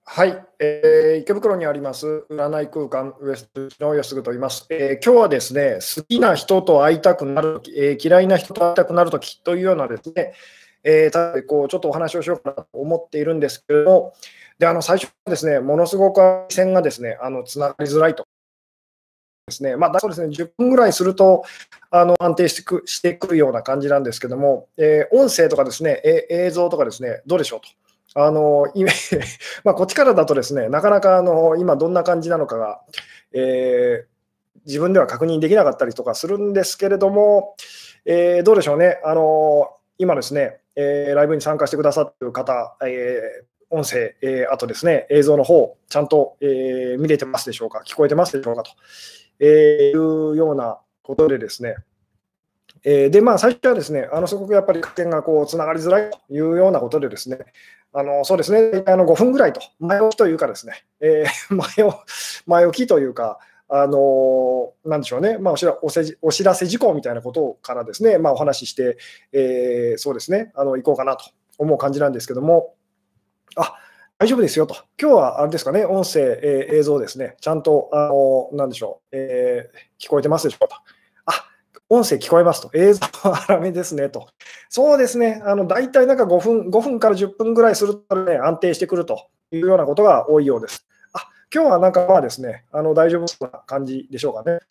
はい、池袋にあります占い空間ウエストの安嗣と言います。今日はですね、好きな人と会いたくなるとき、嫌いな人と会いたくなるときというようなですね、ちょっとお話をしようかなと思っているんですけれども、で最初はですね、ものすごく線がですね、つながりづらいとですね、そうですね、10分ぐらいすると安定してくるような感じなんですけども、音声とかですね、映像とかですね、どうでしょうと。イメこっちからだとですね、なかなか今どんな感じなのかが、自分では確認できなかったりとかするんですけれども、どうでしょうね、今ですね、ライブに参加してくださっている方、音声、あとですね、映像の方、ちゃんと、見れてますでしょうか、聞こえてますでしょうかと、いうようなことでですね、最初はですね、すごくやっぱり回線がつながりづらいというようなことでですね、そうですね、5分ぐらいと、前置きというかですね、前置きというか、なんでしょうね、お知らせ事項みたいなことからですね、お話しして、そうですね、行こうかなと思う感じなんですけども、大丈夫ですよと、今日はあれですかね、音声、映像ですね、ちゃんと、なんでしょう、聞こえてますでしょうかと。音声聞こえますと、映像は粗めですねと。そうですね、大体なんか5分から10分ぐらいするとね、安定してくるというようなことが多いようです。今日はなんかですね、大丈夫そうな感じでしょうかね。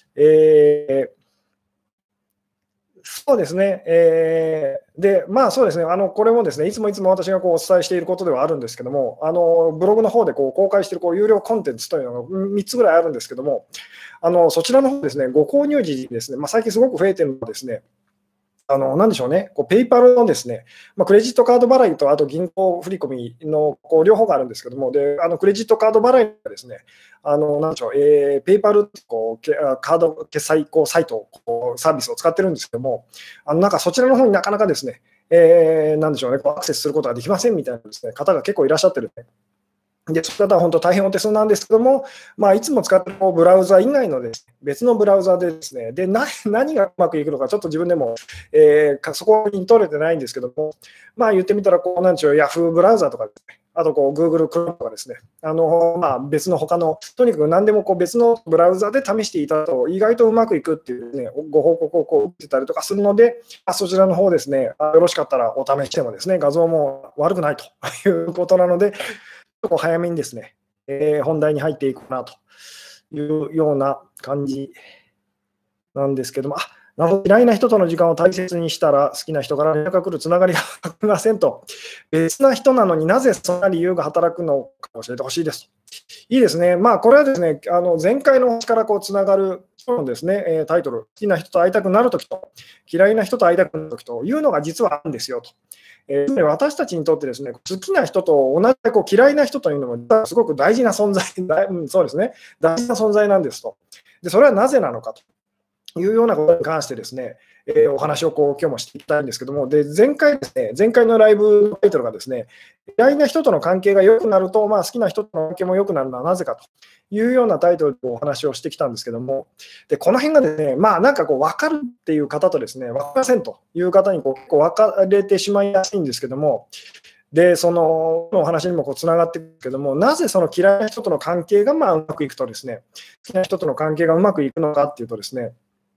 そうですね、そうですね、これもですね、いつも私がお伝えしていることではあるんですけども、ブログの方で公開している有料コンテンツというのが3つぐらいあるんですけども、そちらの方ですね、ご購入時にですね、最近すごく増えているのはですね、なんでしょうね、ペイパルのですね、クレジットカード払いと、あと銀行振込の両方があるんですけども、でクレジットカード払いがですね、なんでしょう、ペイパルカード決済サイト、サービスを使ってるんですけども、なんかそちらの方になかなかですね、なんでしょうね、アクセスすることができませんみたいなですね、方が結構いらっしゃってるんで。で、それは本当大変お手数なんですけども、いつも使っているブラウザ以外のですね、別のブラウザでですね、で、何がうまくいくのか、ちょっと自分でも、そこに取れてないんですけども、言ってみたら、なんでしょう、Yahoo ブラウザとかですね、あとGoogle Chrome とかですね、別の他の、とにかく何でも別のブラウザで試していたと、意外とうまくいくっていう、ね、ご報告を受けたりとかするので、そちらの方ですね、よろしかったらお試しでもですね、画像も悪くないということなので、早めにですね、本題に入っていくなというような感じなんですけども、嫌いな人との時間を大切にしたら、好きな人から連絡が来るつながりがありませんと、別な人なのになぜそんな理由が働くのか教えてほしいですと。いいですね、これはですね、前回の話からつながるのですね、タイトル、好きな人と会いたくなるときと、嫌いな人と会いたくなるときというのが実はあるんですよと。私たちにとってですね、好きな人と同じ嫌いな人というのもすごく大事な存在、そうですね、大事な存在なんですと。で、それはなぜなのかというようなことに関してですね、お話を今日もしていきたいんですけども、で、前回のライブのタイトルがですね、嫌いな人との関係が良くなると、好きな人との関係も良くなるのはなぜかというようなタイトルでお話をしてきたんですけども、で、この辺がですね、なんか分かるっていう方とですね、分かりませんという方に結構分かれてしまいやすいんですけども、で、そのお話にもつながっていくけども、なぜその嫌いな人との関係がうまくいくとですね、好きな人との関係がうまくいくのかっていうとですね、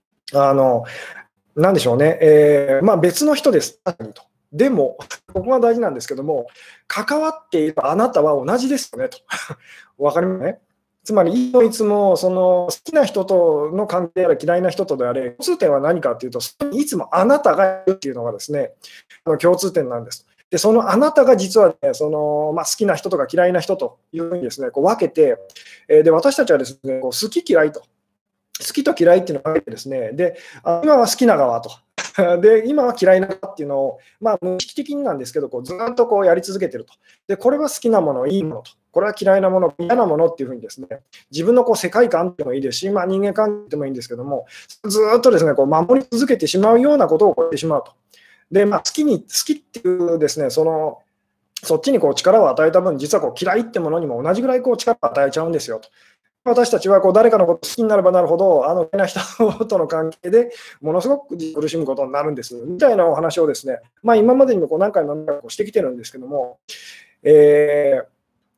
なんでしょうね、別の人です。と。でも、ここが大事なんですけども、関わっているあなたは同じですよねと。わかりますね。つまり、いつもその好きな人との関係やら嫌いな人とであれ、共通点は何かというと、いつもあなたがいるっていうのがですね、共通点なんです。で、そのあなたが実は、ね、好きな人とか嫌いな人というふうにですね、分けて、で、私たちはですね、好き嫌いと。好きと嫌いっていうのを分けてですね、で、今は好きな側と。で、今は嫌いな側っていうのを、無意識的になんですけど、ずっとやり続けてると。で、これは好きなもの、いいものと。これは嫌いなもの、嫌なものっていうふうにですね、自分の世界観でもいいですし、人間関係でもいいんですけども、ずっとですね、守り続けてしまうようなことをやってしまうと。で、好きっていうですね、そっちに力を与えた分、実は嫌いってものにも同じぐらい力を与えちゃうんですよと。私たちは誰かのことを好きになればなるほど、嫌いな人との関係でものすごく苦しむことになるんですみたいなお話をですね、今までにも何回もしてきてるんですけども、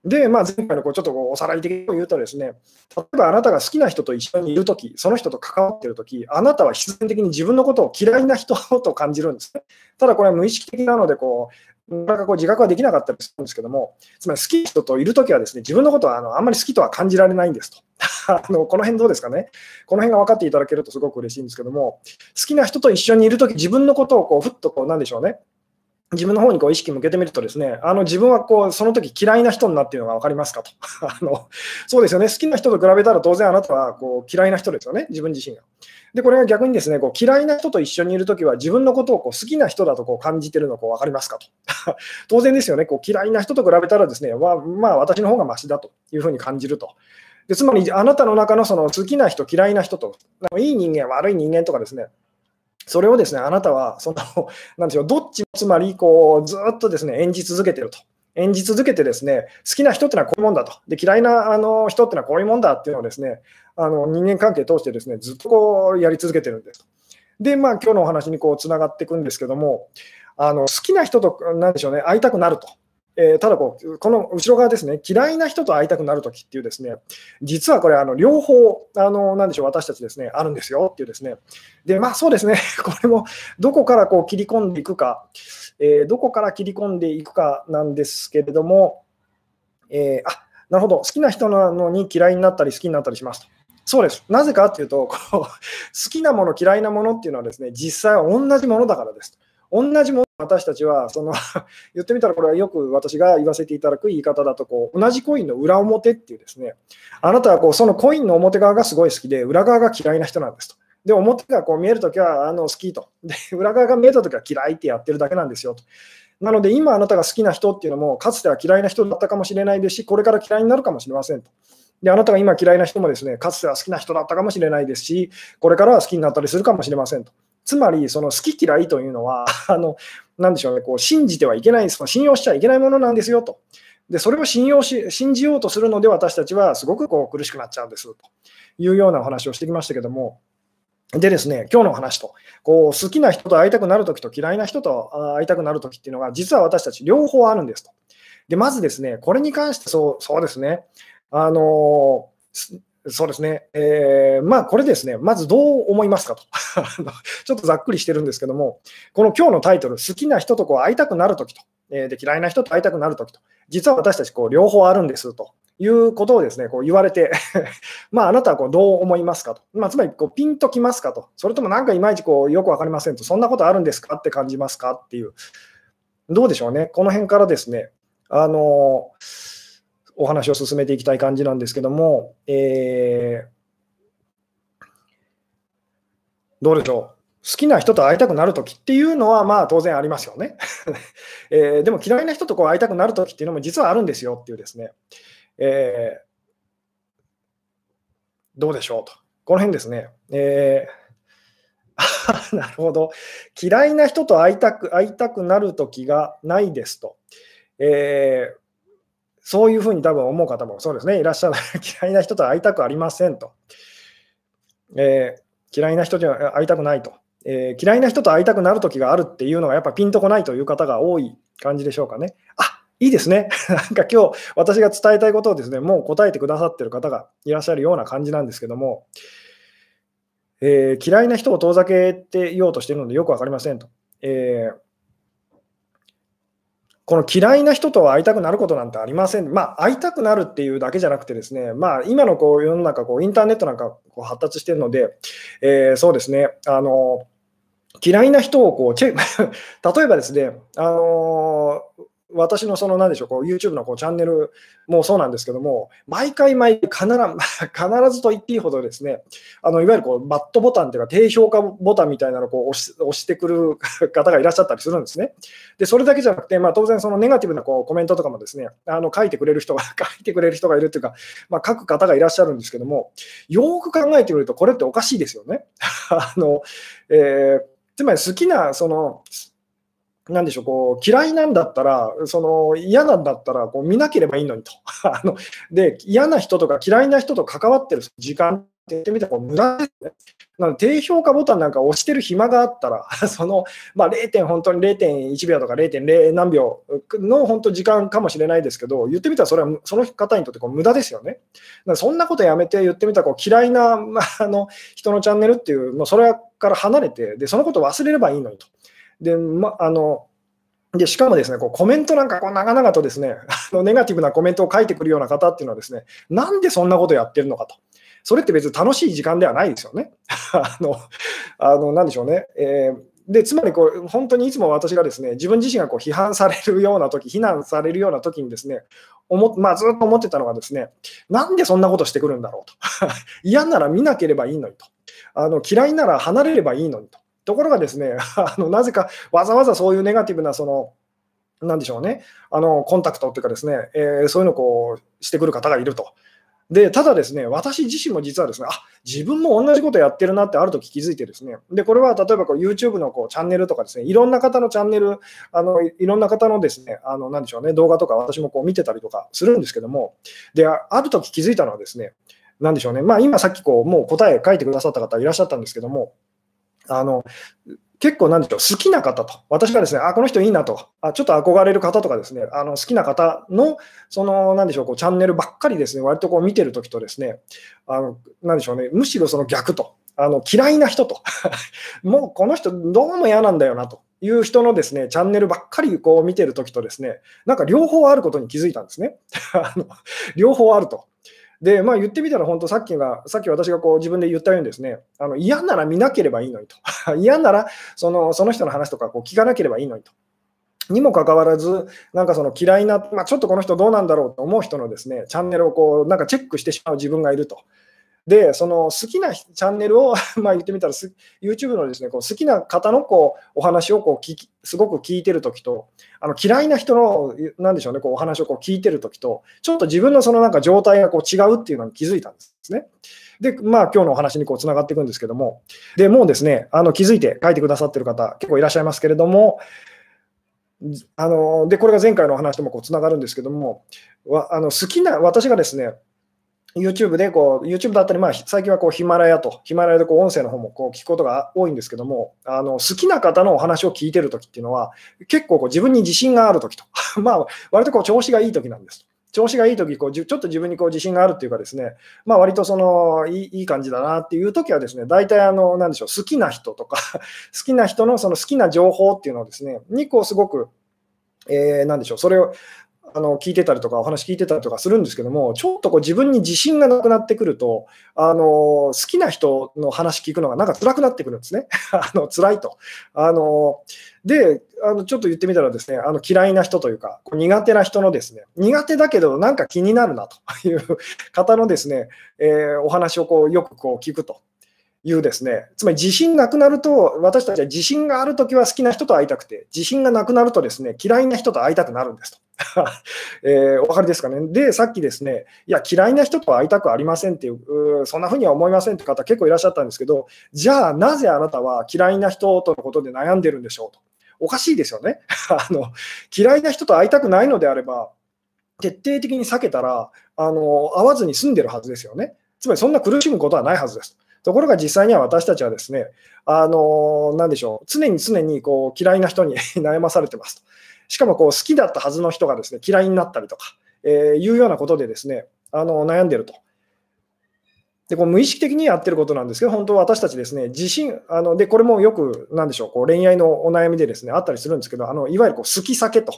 で、前回のちょっとおさらい的に言うとですね、例えばあなたが好きな人と一緒にいるとき、その人と関わっているとき、あなたは必然的に自分のことを嫌いな人と感じるんですね。ただこれは無意識的なので、なかなか自覚はできなかったりするんですけども、つまり好きな人といるときはですね、自分のことはあんまり好きとは感じられないんですと。この辺どうですかね。この辺が分かっていただけるとすごく嬉しいんですけども、好きな人と一緒にいるとき、自分のことをふっとなんでしょうね。自分の方に意識向けてみるとですね、自分はその時嫌いな人になっているのが分かりますかと。そうですよね、好きな人と比べたら当然あなたは嫌いな人ですよね、自分自身が。で、これが逆にですね、嫌いな人と一緒にいるときは自分のことを好きな人だと感じているの分かりますかと。当然ですよね、嫌いな人と比べたらですね、私の方がマシだというふうに感じると。でつまり、あなたの中のその好きな人、嫌いな人と、いい人間、悪い人間とかですね、それをですね、あなたはなんでしょう、どっちもつまりずっとですね、演じ続けていると。演じ続けてですね、好きな人ってのはこういうもんだと。で、嫌いな人ってのはこういうもんだっていうのをですね、人間関係通してですね、ずっとやり続けてるんですと。で、今日のお話につながっていくんですけども、好きな人と、なんでしょうね、会いたくなると。ただこの後ろ側ですね、嫌いな人と会いたくなるときっていうですね、実はこれ、両方、なんでしょう、私たちですね、あるんですよっていうですね。で、そうですね、これもどこから切り込んでいくか、どこから切り込んでいくかなんですけれども、なるほど、好きな人なのに嫌いになったり好きになったりしますと。そうです。なぜかっていうと、好きなもの、嫌いなものっていうのはですね、実際は同じものだからです。同じもの私たちは言ってみたらこれはよく私が言わせていただく言い方だと同じコインの裏表っていうですね、あなたはそのコインの表側がすごい好きで裏側が嫌いな人なんですと。で表が見えるときは好きとで、裏側が見えたときは嫌いってやってるだけなんですよと。なので今あなたが好きな人っていうのもかつては嫌いな人だったかもしれないですし、これから嫌いになるかもしれませんと。であなたが今嫌いな人もですね、かつては好きな人だったかもしれないですし、これからは好きになったりするかもしれませんと。つまり、その好き嫌いというのは、なんでしょうね、信じてはいけない、信用しちゃいけないものなんですよと。で、それを信じようとするので、私たちはすごく苦しくなっちゃうんですというようなお話をしてきましたけども、でですね、今日の話と、好きな人と会いたくなるときと嫌いな人と会いたくなるときっていうのが、実は私たち両方あるんですと。で、まずですね、これに関してそうですね、そうですね、これですね、まずどう思いますかと。ちょっとざっくりしてるんですけども、この今日のタイトル、好きな人と会いたくなるときと、で、嫌いな人と会いたくなるときと、実は私たち両方あるんですということをですね、言われて、あなたはどう思いますかと。つまりピンときますかと。それともなんかいまいちよくわかりませんと。そんなことあるんですかって感じますかっていう。どうでしょうね。この辺からですね、お話を進めていきたい感じなんですけども、どうでしょう。好きな人と会いたくなるときっていうのは、当然ありますよね。でも嫌いな人と会いたくなるときっていうのも実はあるんですよっていうですね。どうでしょうと。この辺ですね。なるほど。嫌いな人と会いたくなるときがないですと。そういうふうに多分思う方もそうですね、いらっしゃる。嫌いな人と会いたくありませんと。嫌いな人には会いたくないと。嫌いな人と会いたくなるときがあるっていうのがやっぱピンとこないという方が多い感じでしょうかね。いいですね。なんか今日私が伝えたいことをですね、もう答えてくださっている方がいらっしゃるような感じなんですけども、嫌いな人を遠ざけていようとしているのでよくわかりませんと。この嫌いな人と会いたくなることなんてありません。会いたくなるっていうだけじゃなくてですね、今の世の中インターネットなんか発達しているので、そうですね、嫌いな人を例えばですね、私の何でしょう、YouTube のチャンネルもそうなんですけども、毎回必ずと言っていいほどですね、いわゆるバッドボタンというか、低評価ボタンみたいなのを押してくる方がいらっしゃったりするんですね。で、それだけじゃなくて、当然ネガティブなコメントとかもですね、書いてくれる人がいるというか、書く方がいらっしゃるんですけども、よーく考えてみると、これっておかしいですよね。つまり好きななんでしょう、嫌いなんだったら、嫌なんだったら見なければいいのにと。で、嫌な人とか嫌いな人と関わってる時間って言ってみたら無駄ですね。 なので低評価ボタンなんか押してる暇があったら、本当に0.1秒とか0.0何秒の本当時間かもしれないですけど、言ってみたらそれはその方にとって無駄ですよね。だからそんなことやめて、言ってみたら嫌いな、人のチャンネルっていう、もうそれから離れて、でそのことを忘れればいいのにと。でしかもですね、コメントなんか長々とですね、ネガティブなコメントを書いてくるような方っていうのはですね、なんでそんなことやってるのかと。それって別に楽しい時間ではないですよね。なんでしょうね。でつまり本当にいつも私がですね、自分自身が批判されるような時、非難されるような時にですね、ずっと思ってたのがですね、なんでそんなことしてくるんだろうと。嫌なら見なければいいのにと。嫌いなら離れればいいのにと。ところがですね、なぜかわざわざそういうネガティブななんでしょうね、コンタクトっていうかですね、そういうのをしてくる方がいると。で、ただですね、私自身も実はですね、自分も同じことやってるなってある時気づいてですね、で、これは例えばYouTube のチャンネルとかですね、いろんな方のチャンネル、いろんな方のですね、なんでしょうね、動画とか私も見てたりとかするんですけども、で、ある時気づいたのはですね、なんでしょうね、今さっきもう答え書いてくださった方いらっしゃったんですけども、結構なんでしょう、好きな方と、私がですね、この人いいなと、ちょっと憧れる方とかですね、好きな方の、なんでしょう、チャンネルばっかりですね、割と見てるときとですね、なんでしょうね、むしろその逆と、嫌いな人と、もうこの人どうも嫌なんだよなという人のですね、チャンネルばっかり見てるときとですね、なんか両方あることに気づいたんですね。両方あると。で、言ってみたら本当さっき私が自分で言ったようにですね、嫌なら見なければいいのにと。嫌ならその人の話とか聞かなければいいのにと。にもかかわらず、なんか嫌いな、ちょっとこの人どうなんだろうと思う人のですね、チャンネルをなんかチェックしてしまう自分がいると。で、好きなチャンネルを言ってみたらYouTube のですね、好きな方のお話をすごく聞いてるときと、嫌いな人の、なんでしょうね、お話を聞いてるときと、ちょっと自分のなんか状態が違うっていうのに気づいたんですね。で、今日のお話につながっていくんですけども、で、もうですね、気づいて書いてくださってる方、結構いらっしゃいますけれども、で、これが前回のお話ともつながるんですけども、私がですね、YouTube でYouTube だったり、最近はヒマラヤで音声の方も聞くことが多いんですけども、好きな方のお話を聞いてるときっていうのは、結構自分に自信があるときと、割と調子がいいときなんです。調子がいいとき、ちょっと自分に自信があるっていうかですね、割といい感じだなっていうときはですね、大体なんでしょう、好きな人とか、好きな人の好きな情報っていうのをですね、すごく、なんでしょう、それを聞いてたりとか、お話聞いてたりとかするんですけども、ちょっと自分に自信がなくなってくると、好きな人の話聞くのがなんか辛くなってくるんですね。辛いと。で、ちょっと言ってみたらですね、嫌いな人というか、苦手な人のですね、苦手だけどなんか気になるなという方のですね、お話をよく聞くと。いうですね、つまり自信なくなると、私たちは自信があるときは好きな人と会いたくて、自信がなくなるとですね、嫌いな人と会いたくなるんですと。お分かりですかね。で、さっきですね、いや、嫌いな人と会いたくありませんっていう、そんなふうには思いませんって方結構いらっしゃったんですけど、じゃあなぜあなたは嫌いな人とのことで悩んでるんでしょうと。おかしいですよね。嫌いな人と会いたくないのであれば、徹底的に避けたら、会わずに済んでるはずですよね。つまりそんな苦しむことはないはずです。ところが実際には私たちはですね、なんでしょう、常に嫌いな人に悩まされてますと。しかも好きだったはずの人がですね、嫌いになったりとか、いうようなことでですね、悩んでると。で、無意識的にやってることなんですけど、本当は私たちですね、で、これもよく、なんでしょう、恋愛のお悩みでですね、あったりするんですけど、いわゆる好き避けと。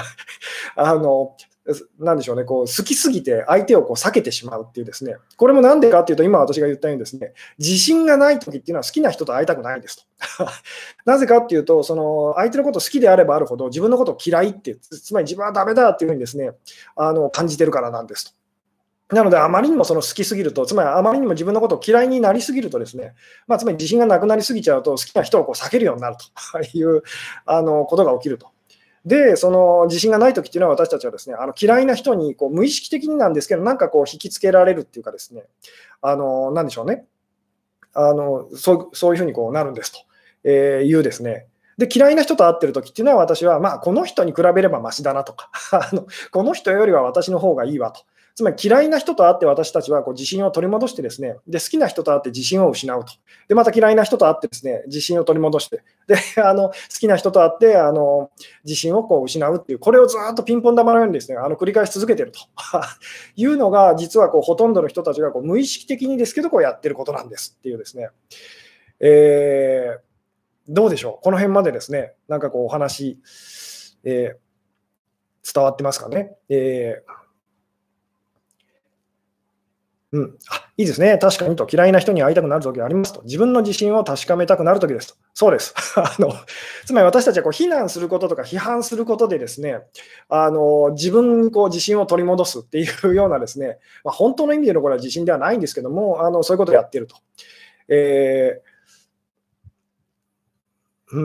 なんでしょうね、好きすぎて相手を避けてしまうっていうですね、これもなんでかっていうと、今私が言ったようにですね、自信がない時っていうのは好きな人と会いたくないですと。なぜかっていうと、相手のこと好きであればあるほど、自分のことを嫌いって、つまり自分はダメだっていうふうにですね、感じてるからなんですと。なので、あまりにも好きすぎると、つまりあまりにも自分のことを嫌いになりすぎるとですね、つまり自信がなくなりすぎちゃうと、好きな人を避けるようになるということが起きると。で、自信がない時っていうのは、私たちはですね、嫌いな人に無意識的になんですけど、なんか引きつけられるっていうかですね、なんでしょうね、そういうふうになるんですというですね、 で、嫌いな人と会ってる時っていうのは、私は、まあ、この人に比べればマシだなとか、この人よりは私の方がいいわと。つまり嫌いな人と会って私たちはこう自信を取り戻してですね、で、好きな人と会って自信を失うと。で、また嫌いな人と会ってですね、自信を取り戻して、で、好きな人と会って、自信をこう失うっていう、これをずっとピンポン玉のようにですね、繰り返し続けてるというのが、実はこうほとんどの人たちがこう無意識的にですけど、こうやってることなんですっていうですね。どうでしょう、この辺までですね、なんかこうお話、伝わってますかね。いいですね。確かにと、嫌いな人に会いたくなる時がありますと。自分の自信を確かめたくなる時ですと。そうです。つまり私たちはこう非難することとか批判することでですね、自分にこう自信を取り戻すっていうようなですね、本当の意味でのこれは自信ではないんですけども、そういうことをやっていると。えーうん。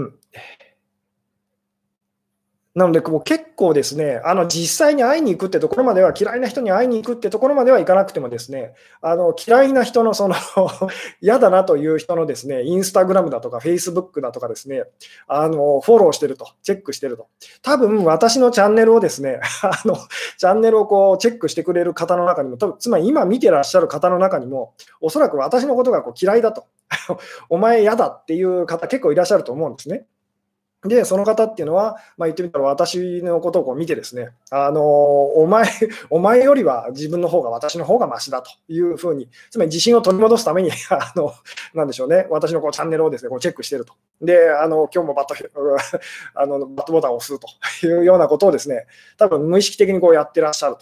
なので、こう結構ですね、実際に会いに行くってところまでは、嫌いな人に会いに行くってところまではいかなくてもですね、嫌いな人のその嫌だなという人のですね、インスタグラムだとか、フェイスブックだとかですね、フォローしてると、チェックしてると。多分私のチャンネルをですね、チャンネルをこうチェックしてくれる方の中にも、つまり今見てらっしゃる方の中にも、おそらく私のことがこう嫌いだと、お前嫌だっていう方結構いらっしゃると思うんですね。で、その方っていうのは、言ってみたら私のことをこう見てですね、お前お前よりは自分の方が私の方がマシだというふうに、つまり自信を取り戻すために、なんでしょうね、私のこうチャンネルをですね、こうチェックしていると。で、今日もバットバットボタンを押すというようなことをですね、多分無意識的にこうやってらっしゃると。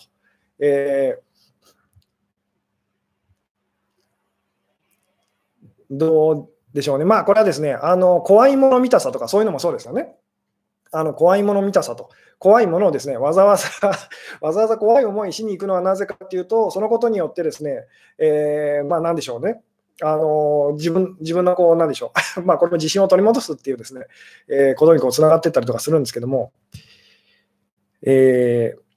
どうでしょうね。これはですね、怖いもの見たさとかそういうのもそうですよね。怖いもの見たさと、怖いものをですね、わざわざわざわざ怖い思いしに行くのはなぜかっていうと、そのことによってですね、なんでしょうね、自分のこう、なんでしょう、これも自信を取り戻すっていうですね、ことにこうつながっていったりとかするんですけども、えー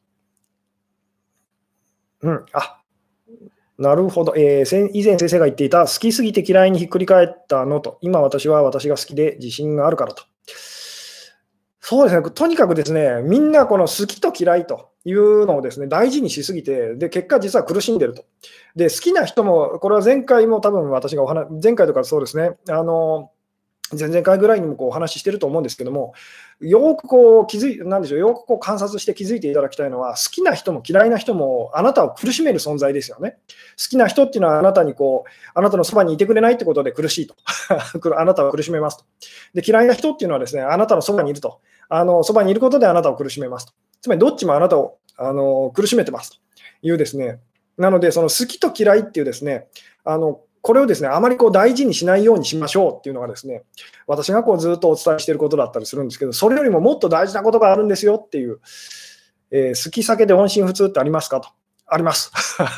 うん、なるほど、以前先生が言っていた、好きすぎて嫌いにひっくり返ったのと、今私は私が好きで自信があるからと。そうですね、とにかくですね、みんなこの好きと嫌いというのをですね、大事にしすぎて、で、結果実は苦しんでると。で、好きな人も、これは前回も多分私が前回とかそうですね、前々回ぐらいにもこうお話ししてると思うんですけども、よくこうなんでしょう、よくこう観察して気づいていただきたいのは、好きな人も嫌いな人もあなたを苦しめる存在ですよね。好きな人っていうのはあなたにこう、あなたのそばにいてくれないってことで苦しいと。あなたを苦しめますと。で、嫌いな人っていうのはですね、あなたのそばにいると。そばにいることであなたを苦しめますと。つまりどっちもあなたを苦しめてますというですね。なので、その好きと嫌いっていうですね、これをですね、あまりこう大事にしないようにしましょうっていうのがですね、私がこうずっとお伝えしていることだったりするんですけど、それよりももっと大事なことがあるんですよっていう、好き避けて音信不通ってありますかと。あります。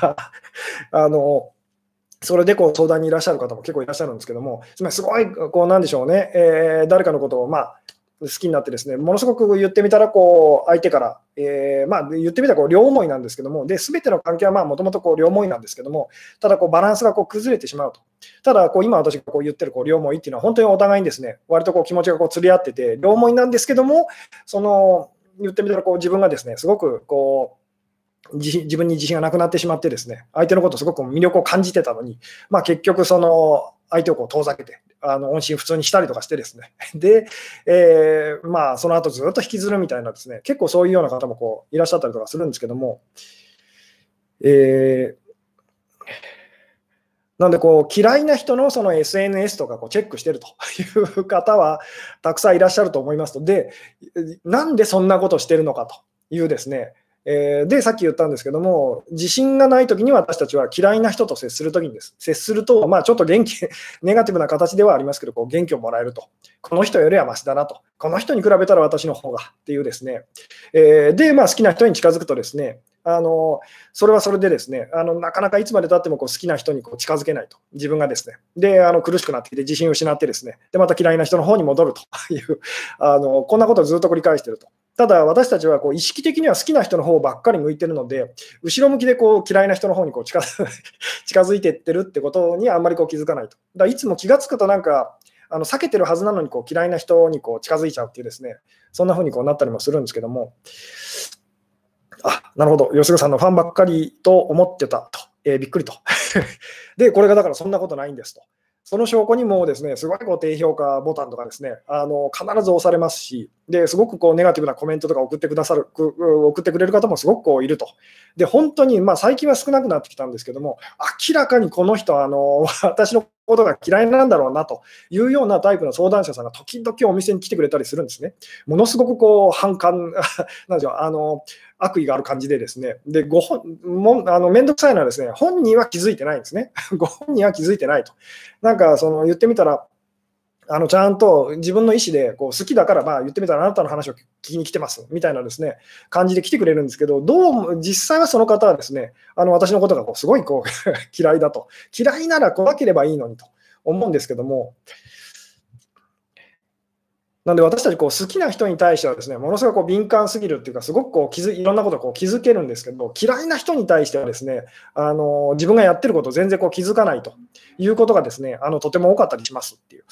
それでこう相談にいらっしゃる方も結構いらっしゃるんですけども、つまりすごいこうなんでしょうね、誰かのことを好きになってですね、ものすごく言ってみたらこう相手から、言ってみたらこう両思いなんですけども、で全ての関係はもともと両思いなんですけども、ただこうバランスがこう崩れてしまうと。ただこう今私がこう言ってるこう両思いっていうのは本当にお互いにですね、割とこう気持ちがこう釣り合ってて両思いなんですけども、その言ってみたらこう自分がですね、すごくこう自分に自信がなくなってしまってですね、相手のことをすごく魅力を感じてたのに、結局その相手をこう遠ざけて、音信不通にしたりとかしてですね、で、その後ずっと引きずるみたいなですね、結構そういうような方もこういらっしゃったりとかするんですけども、なのでこう嫌いな人のその SNS とかこうチェックしてるという方はたくさんいらっしゃると思いますと、で、なんでそんなことしてるのかというですね、で、さっき言ったんですけども、自信がないときに私たちは嫌いな人と接するときに接すると、ちょっとネガティブな形ではありますけど、こう元気をもらえると。この人よりはマシだなと。この人に比べたら私の方がっていうですね。で、好きな人に近づくとですね、それはそれでですね、なかなかいつまでたってもこう好きな人にこう近づけないと。自分がですね。で、苦しくなってきて自信を失ってですね。で、また嫌いな人の方に戻るという、こんなことをずっと繰り返していると。ただ私たちはこう意識的には好きな人の方ばっかり向いてるので、後ろ向きでこう嫌いな人の方にこう近づいていってるってことにあんまりこう気づかないと。だからいつも気がつくとなんか避けてるはずなのに嫌いな人に近づいちゃうっていうですね、そんな風になったりもするんですけども、なるほど、吉純さんのファンばっかりと思ってたと、びっくりと。で、これがだからそんなことないんですと。その証拠にもですね、すごい低評価ボタンとかですね、必ず押されますし、ですごくネガティブなコメントとか送ってくれる方もすごくいると。で、本当に、最近は少なくなってきたんですけども、明らかにこの人は私のことが嫌いなんだろうなというようなタイプの相談者さんが時々お店に来てくれたりするんですね。ものすごく反感、なんでしょう、悪意がある感じでですね、で、めんどくさいのはですね、本人は気づいてないんですね。ご本人は気づいてないと。なんか言ってみたら、ちゃんと自分の意思で好きだから、言ってみたらあなたの話を聞きに来てますみたいなですね感じで来てくれるんですけど、どうも実際はその方はですね、私のことがすごい嫌いだと、嫌いなら来なければいいのにと思うんですけども、なんで私たち好きな人に対してはですね、ものすごく敏感すぎるっていうか、すごくいろんなことを気づけるんですけど、嫌いな人に対してはですね、自分がやってることを全然気づかないということがですね、とても多かったりしますっていう。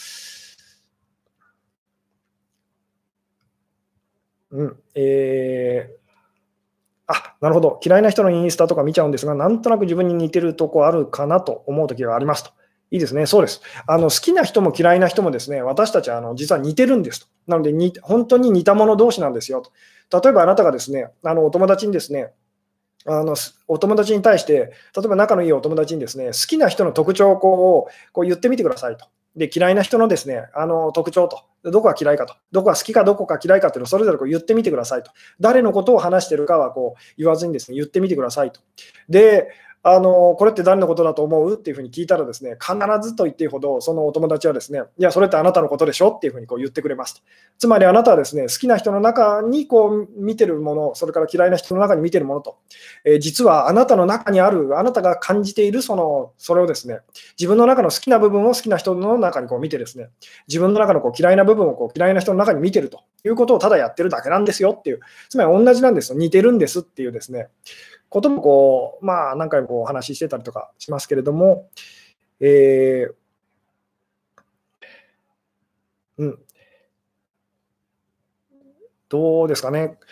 なるほど。嫌いな人のインスタとか見ちゃうんですが、なんとなく自分に似てるとこあるかなと思うときがありますと。いいですね。そうです。好きな人も嫌いな人もですね、私たちは実は似てるんですと。なので本当に似た者同士なんですよと。例えばあなたがですね、お友達にですね、お友達に対して、例えば仲のいいお友達にですね、好きな人の特徴を言ってみてくださいと。で、嫌いな人のですね、特徴と、どこが嫌いかと、どこが好きかどこか嫌いかっていうのをそれぞれ言ってみてくださいと。誰のことを話しているかは言わずにですね、言ってみてくださいと。で、これって誰のことだと思うっていうふうに聞いたらですね、必ずと言っていいほど、そのお友達はですね、いや、それってあなたのことでしょっていうふうに言ってくれますと。つまりあなたはですね、好きな人の中に見てるもの、それから嫌いな人の中に見てるものと、実はあなたの中にある、あなたが感じているそれをですね、自分の中の好きな部分を好きな人の中に見てですね、自分の中の嫌いな部分を嫌いな人の中に見てるということをただやってるだけなんですよっていう、つまり同じなんですよ、似てるんですっていうですね、ことも何回もお話ししてたりとかしますけれども、どうですかね。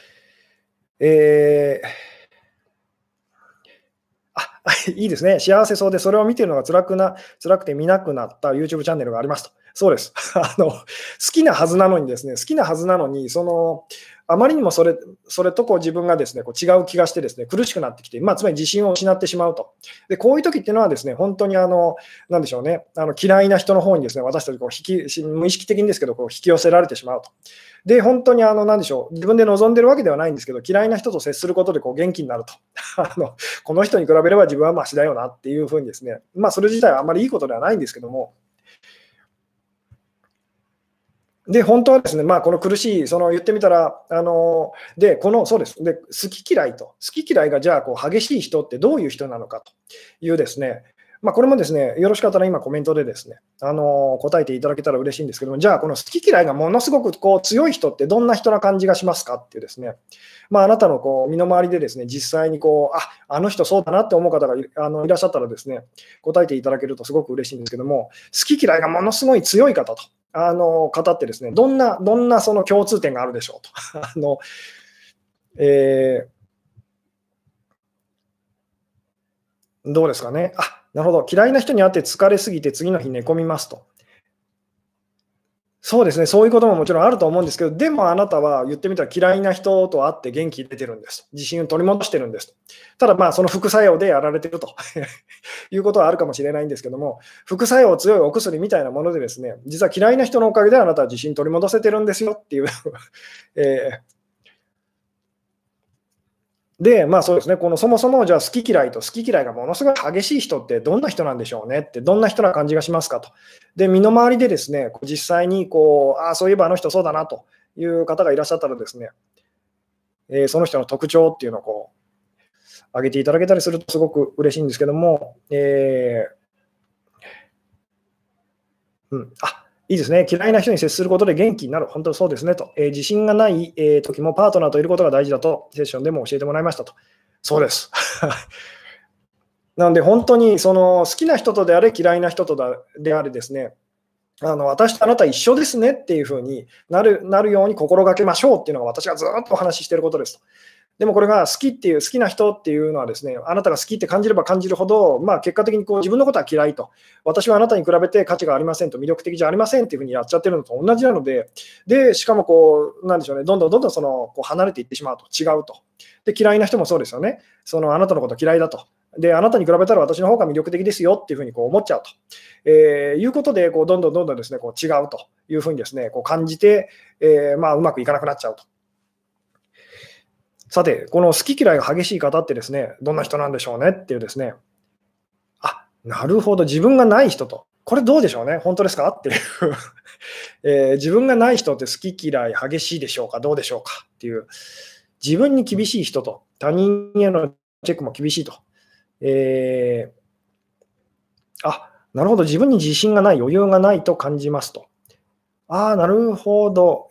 いいですね。幸せそうで、それを見てるのが辛くて見なくなった YouTube チャンネルがありますと。そうです。好きなはずなのにですね、好きなはずなのに、あまりにもそれと自分がですね、違う気がしてですね、苦しくなってきて、つまり自信を失ってしまうと。で、こういう時っていうのはですね、本当になんでしょうね、嫌いな人の方にですね、私たち無意識的にですけど、引き寄せられてしまうと。で、本当になんでしょう、自分で望んでるわけではないんですけど、嫌いな人と接することで元気になると。この人に比べれば自分はマシだよなっていうふうにですね、それ自体はあまりいいことではないんですけども、で、本当はですね、この苦しい、言ってみたら、で、そうです。で、好き嫌いがじゃあ、激しい人ってどういう人なのかというですね、これもですね、よろしかったら今コメントでですね、答えていただけたら嬉しいんですけども、じゃあ、この好き嫌いがものすごく強い人ってどんな人な感じがしますかっていうですね、あなたの身の回りでですね、実際にあの人そうだなって思う方がいらっしゃったらですね、答えていただけるとすごく嬉しいんですけども、好き嫌いがものすごい強い方と。方ってですね、どんなその共通点があるでしょうと。えどうですかね。なるほど。嫌いな人に会って疲れすぎて次の日寝込みますと。そうですね、そういうことももちろんあると思うんですけど、でもあなたは言ってみたら嫌いな人と会って元気出てるんですと。自信を取り戻してるんですと。ただその副作用でやられてるということはあるかもしれないんですけども、副作用強いお薬みたいなものでですね、実は嫌いな人のおかげであなたは自信取り戻せてるんですよっていうえーで、そうですね、そもそもじゃあ好き嫌いがものすごい激しい人ってどんな人なんでしょうねって、どんな人な感じがしますかと。で、身の回りでですね、実際にそういえばあの人そうだなという方がいらっしゃったらですね、その人の特徴っていうのを挙げていただけたりするとすごく嬉しいんですけども、いいですね。嫌いな人に接することで元気になる。本当にそうですねと。自信がない、時もパートナーといることが大事だと、セッションでも教えてもらいましたと。そうです。なので本当に好きな人とであれ、嫌いな人とであれですね、 私とあなた一緒ですねっていう風になるように心がけましょうっていうのが私がずっとお話ししていることですと。でもこれが好きな人っていうのはですね、あなたが好きって感じれば感じるほど、結果的にこう自分のことは嫌いと、私はあなたに比べて価値がありませんと、魅力的じゃありませんっていう風にやっちゃってるのと同じなので、で、しかもこう、なんでしょうね、どんどんどんどんこう離れていってしまうと、違うと。で、嫌いな人もそうですよね。あなたのこと嫌いだと。で、あなたに比べたら私の方が魅力的ですよっていうふうにこう思っちゃうと、いうことで、こうどんどんどんどんですね、こう違うというふうにですね、こう感じて、うまくいかなくなっちゃうと。さて、この好き嫌いが激しい方ってですね、どんな人なんでしょうねっていうですね、なるほど、自分がない人と。これどうでしょうね、本当ですかっていう、自分がない人って好き嫌い激しいでしょうか、どうでしょうかっていう、自分に厳しい人と、他人へのチェックも厳しいと。えなるほど、自分に自信がない、余裕がないと感じますと。なるほど。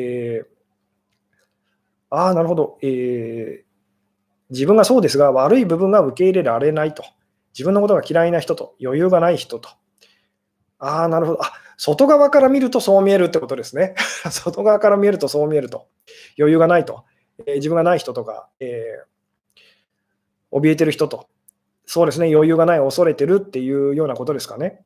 なるほど。自分がそうですが、悪い部分が受け入れられないと。自分のことが嫌いな人と、余裕がない人と。なるほど。外側から見るとそう見えるってことですね。外側から見えるとそう見えると。余裕がないと。自分がない人とか、怯えてる人と。そうですね、余裕がない、恐れてるっていうようなことですかね。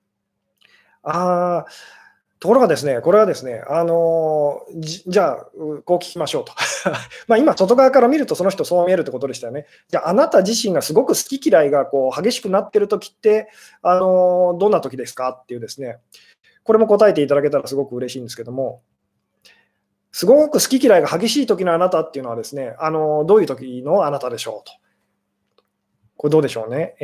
ああ、ところがですね、これはですね、じゃあ、こう聞きましょうと。今、外側から見るとその人そう見えるってことでしたよね。じゃあ、あなた自身がすごく好き嫌いがこう激しくなってる時って、どんな時ですかっていうですね、これも答えていただけたらすごく嬉しいんですけども、すごく好き嫌いが激しい時のあなたっていうのはですね、どういう時のあなたでしょうと。これどうでしょうね。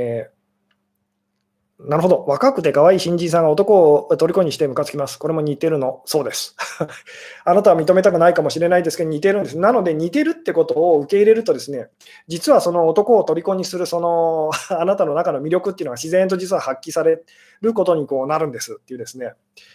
なるほど。若くて可愛い新人さんが男を虜にしてムカつきます。これも似てるの。そうです。あなたは認めたくないかもしれないですけど、似てるんです。なので、似てるってことを受け入れるとですね、実はその男を虜にするあなたの中の魅力っていうのが自然と実は発揮されることにこうなるんですっていうですね。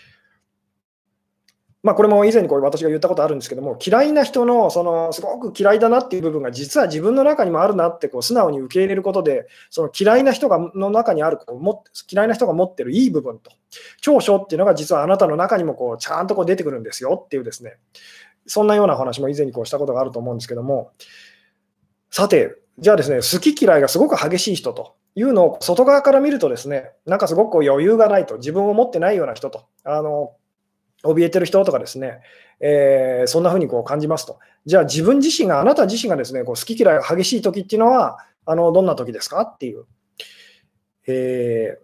これも以前にこう私が言ったことあるんですけども、嫌いな人のすごく嫌いだなっていう部分が実は自分の中にもあるなってこう素直に受け入れることで、その嫌いな人の中にある嫌いな人が持ってるいい部分と、長所っていうのが実はあなたの中にもこうちゃんとこう出てくるんですよっていうですね、そんなようなお話も以前にこうしたことがあると思うんですけども、さて、じゃあですね、好き嫌いがすごく激しい人というのを外側から見るとですね、なんかすごくこう余裕がないと、自分を持ってないような人と、怯えてる人とかですね、そんな風にこう感じますと。じゃあ自分自身が、あなた自身がですね、こう好き嫌いが激しい時っていうのは、どんな時ですかっていう。え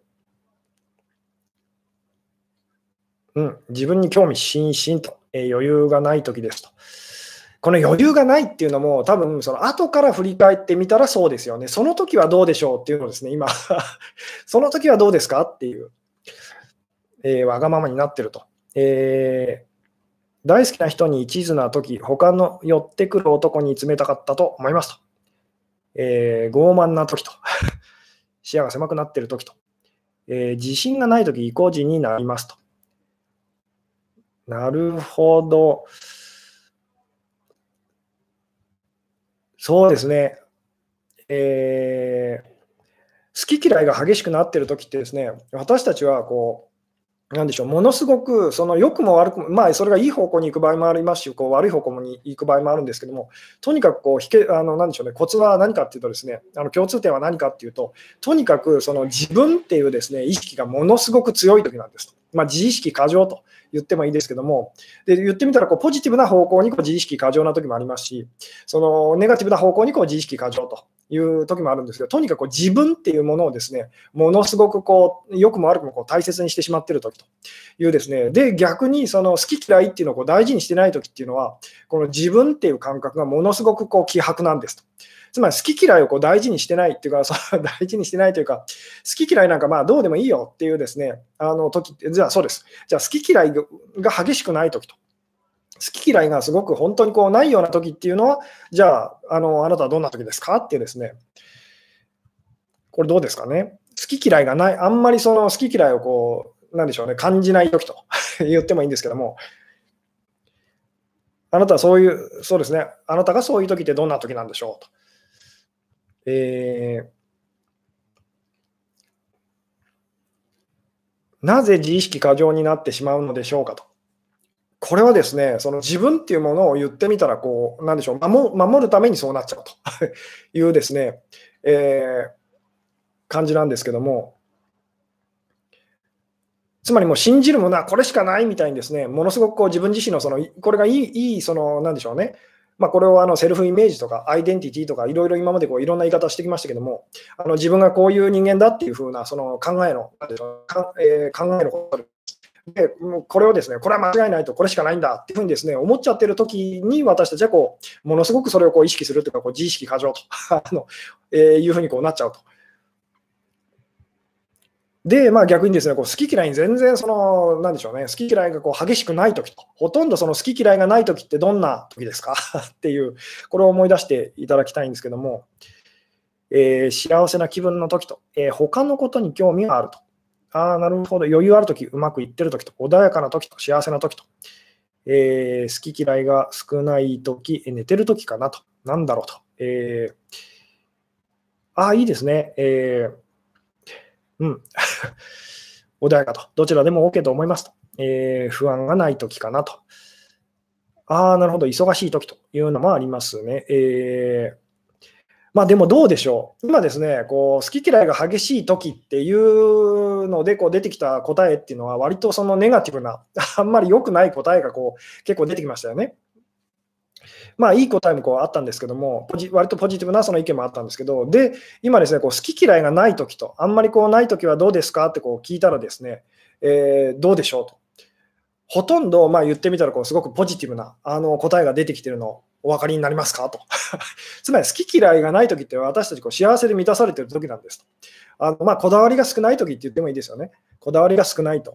自分に興味津々と、余裕がない時ですと。この余裕がないっていうのも、多分その後から振り返ってみたらそうですよね。その時はどうでしょうっていうのをですね、今その時はどうですかっていう、わがままになってると。大好きな人に一途な時、他の寄ってくる男に冷たかったと思いますと。傲慢な時と、視野が狭くなっている時と、自信がない時、意固地になりますと。なるほど。そうですね。好き嫌いが激しくなっている時ってですね、私たちはこうなんでしょう、ものすごくその良くも悪くも、それがいい方向に行く場合もありますし、こう悪い方向に行く場合もあるんですけども、とにかくこうなんでしょうね、コツは何かっていうとですね、共通点は何かっていうと、とにかくその自分っていうですね、意識がものすごく強い時なんですと。自意識過剰と言ってもいいですけども、で言ってみたらこうポジティブな方向にこう自意識過剰な時もありますし、そのネガティブな方向にこう自意識過剰という時もあるんですけど、とにかくこう自分っていうものをですね、ものすごくこう良くも悪くもこう大切にしてしまっている時というですね、で逆にその好き嫌いっていうのをこう大事にしてない時っていうのは、この自分っていう感覚がものすごくこう希薄なんですと。つまり好き嫌いをこう大事にしてないっていうか、大事にしてないというか、好き嫌いなんかどうでもいいよっていうですね、時って、じゃあそうです。じゃあ好き嫌いが激しくない時と。好き嫌いがすごく本当にこうないような時っていうのは、じゃあ、あなたはどんな時ですかっていうですね、これどうですかね。好き嫌いがない、あんまりその好き嫌いをこう、なんでしょうね、感じない時と言ってもいいんですけども、あなたはそうですね、あなたがそういう時ってどんな時なんでしょうと。えなぜ自意識過剰になってしまうのでしょうかと。これはですね、その自分っていうものを言ってみたら、こう、なんでしょう、守るためにそうなっちゃうというですね、感じなんですけども、つまりもう信じるものはこれしかないみたいにですね、ものすごくこう自分自身のこれがいいその、なんでしょうね、これをセルフイメージとかアイデンティティとかいろいろ今までこういろんな言い方してきましたけども、自分がこういう人間だっていう風なその考えの、なんでしょう、考えのことで、もうこれをですね、これは間違いないと、これしかないんだっていうふうにですね、思っちゃってる時に、私たちはこう、ものすごくそれをこう意識するというか、こう自意識過剰というふうにこうなっちゃうと。で、逆にですね、こう好き嫌いに全然なんでしょうね、好き嫌いがこう激しくない時と、ほとんどその好き嫌いがない時ってどんな時ですかっていう、これを思い出していただきたいんですけども、幸せな気分の時と、他のことに興味があると。ああ、なるほど。余裕あるとき、うまくいってるときと、穏やかなときと、幸せなときと、好き嫌いが少ないとき、寝てるときかなと。なんだろうと。いいですね。うん。穏やかと。どちらでも OK と思いますと。不安がないときかなと。なるほど。忙しいときというのもありますね。でもどうでしょう。今ですね、こう好き嫌いが激しい時っていうので、こう出てきた答えっていうのは、割とそのネガティブな、あんまり良くない答えがこう結構出てきましたよね。いい答えもこうあったんですけども、割とポジティブなその意見もあったんですけど、で、今ですね、こう好き嫌いがない時と、あんまりこうない時はどうですかってこう聞いたらですね、どうでしょうと。ほとんど、言ってみたらこうすごくポジティブな答えが出てきているのお分かりになりますかと。つまり好き嫌いがない時って私たちこう幸せで満たされている時なんですと。こだわりが少ない時って言ってもいいですよね。こだわりが少ないと。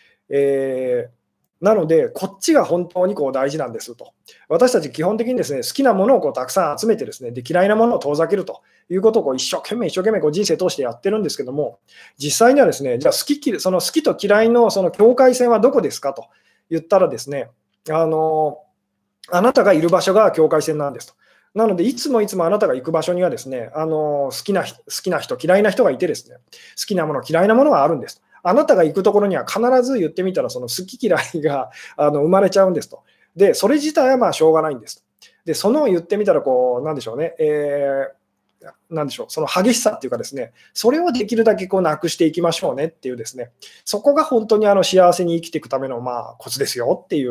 なので、こっちが本当にこう大事なんですと。私たち基本的にですね、好きなものをこうたくさん集めてですね、で嫌いなものを遠ざけるということをこう一生懸命こう人生通してやってるんですけども、実際にはですね、じゃあその好きと嫌いのその境界線はどこですかと言ったらですね、あなたがいる場所が境界線なんですと。なので、いつもあなたが行く場所にはですね、好きな人、嫌いな人がいてですね、好きなもの、嫌いなものがあるんです。あなたが行くところには必ず言ってみたら、その好き嫌いが生まれちゃうんですと。で、それ自体はしょうがないんです。で、その言ってみたら、こう、なんでしょうね、なんでしょう、その激しさっていうかですね、それをできるだけこうなくしていきましょうねっていうですね、そこが本当に幸せに生きていくためのコツですよっていう、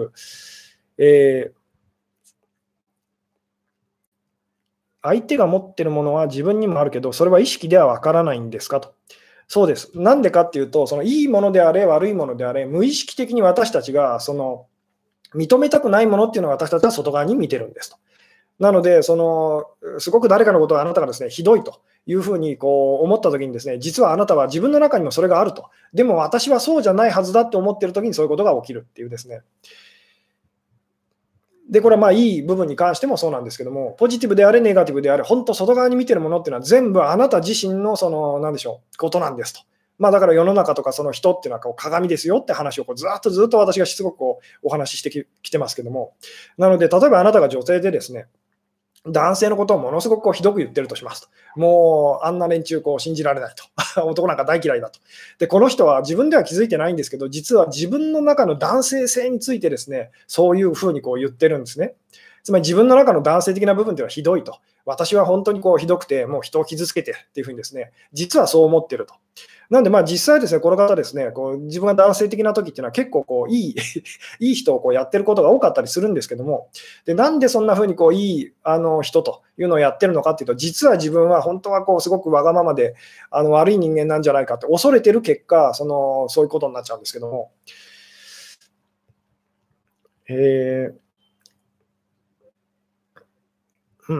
相手が持ってるものは自分にもあるけど、それは意識ではわからないんですかと。そうです。なんでかっていうと、そのいいものであれ、悪いものであれ、無意識的に私たちが認めたくないものっていうのを私たちは外側に見てるんですと。なので、すごく誰かのことをあなたがですね、ひどいというふうにこう思ったときにですね、実はあなたは自分の中にもそれがあると。でも私はそうじゃないはずだって思ってるときにそういうことが起きるっていうですね。で、これはいい部分に関してもそうなんですけども、ポジティブであれ、ネガティブであれ、本当外側に見てるものっていうのは全部あなた自身のなんでしょう、ことなんですと。だから世の中とかその人っていうのはこう鏡ですよって話をこうずっと私がしつこくこうお話ししてきてますけども、なので例えばあなたが女性でですね、男性のことをものすごくこうひどく言ってるとしますと。もうあんな連中こう信じられないと。男なんか大嫌いだと。で、この人は自分では気づいてないんですけど、実は自分の中の男性性についてですね、そういうふうにこう言ってるんですね。つまり自分の中の男性的な部分というのはひどいと。私は本当にこうひどくて、もう人を傷つけてっていうふうにですね、実はそう思ってると。なんで実際ですね、この方ですね、こう自分が男性的な時っていうのは結構こういいいい人をこうやってることが多かったりするんですけども、でなんでそんな風にこういい人というのをやってるのかっていうと、実は自分は本当はこうすごくわがままで悪い人間なんじゃないかって恐れてる結果、そういうことになっちゃうんですけども。うん。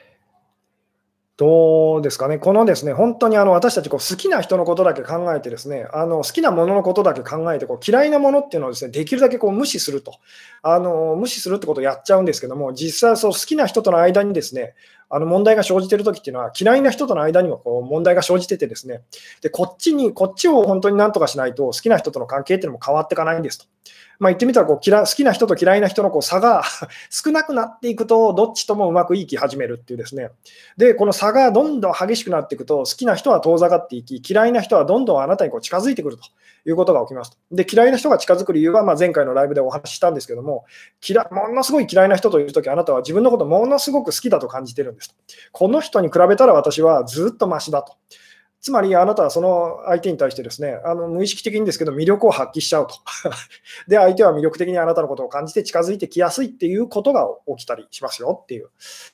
どうですかね、このですね、本当に私たちこう好きな人のことだけ考えてですね、好きなもののことだけ考えて、こう嫌いなものっていうのをですね、できるだけこう無視すると。無視するってことをやっちゃうんですけども、実際そう好きな人との間にですね、問題が生じている時っていうのは、嫌いな人との間にもこう問題が生じててですね、で、こっちを本当に何とかしないと、好きな人との関係っていうのも変わっていかないんですと。言ってみたらこう好きな人と嫌いな人のこう差が少なくなっていくと、どっちともうまくいき始めるっていうですね。で、この差がどんどん激しくなっていくと、好きな人は遠ざかっていき、嫌いな人はどんどんあなたにこう近づいてくるということが起きますと。で、嫌いな人が近づく理由は、前回のライブでお話ししたんですけども、ものすごい嫌いな人といるとき、あなたは自分のことをものすごく好きだと感じてるんですと。この人に比べたら私はずっとマシだと。つまり、あなたはその相手に対してですね、無意識的にですけど、魅力を発揮しちゃうと。で、相手は魅力的にあなたのことを感じて近づいてきやすいっていうことが起きたりしますよっていう。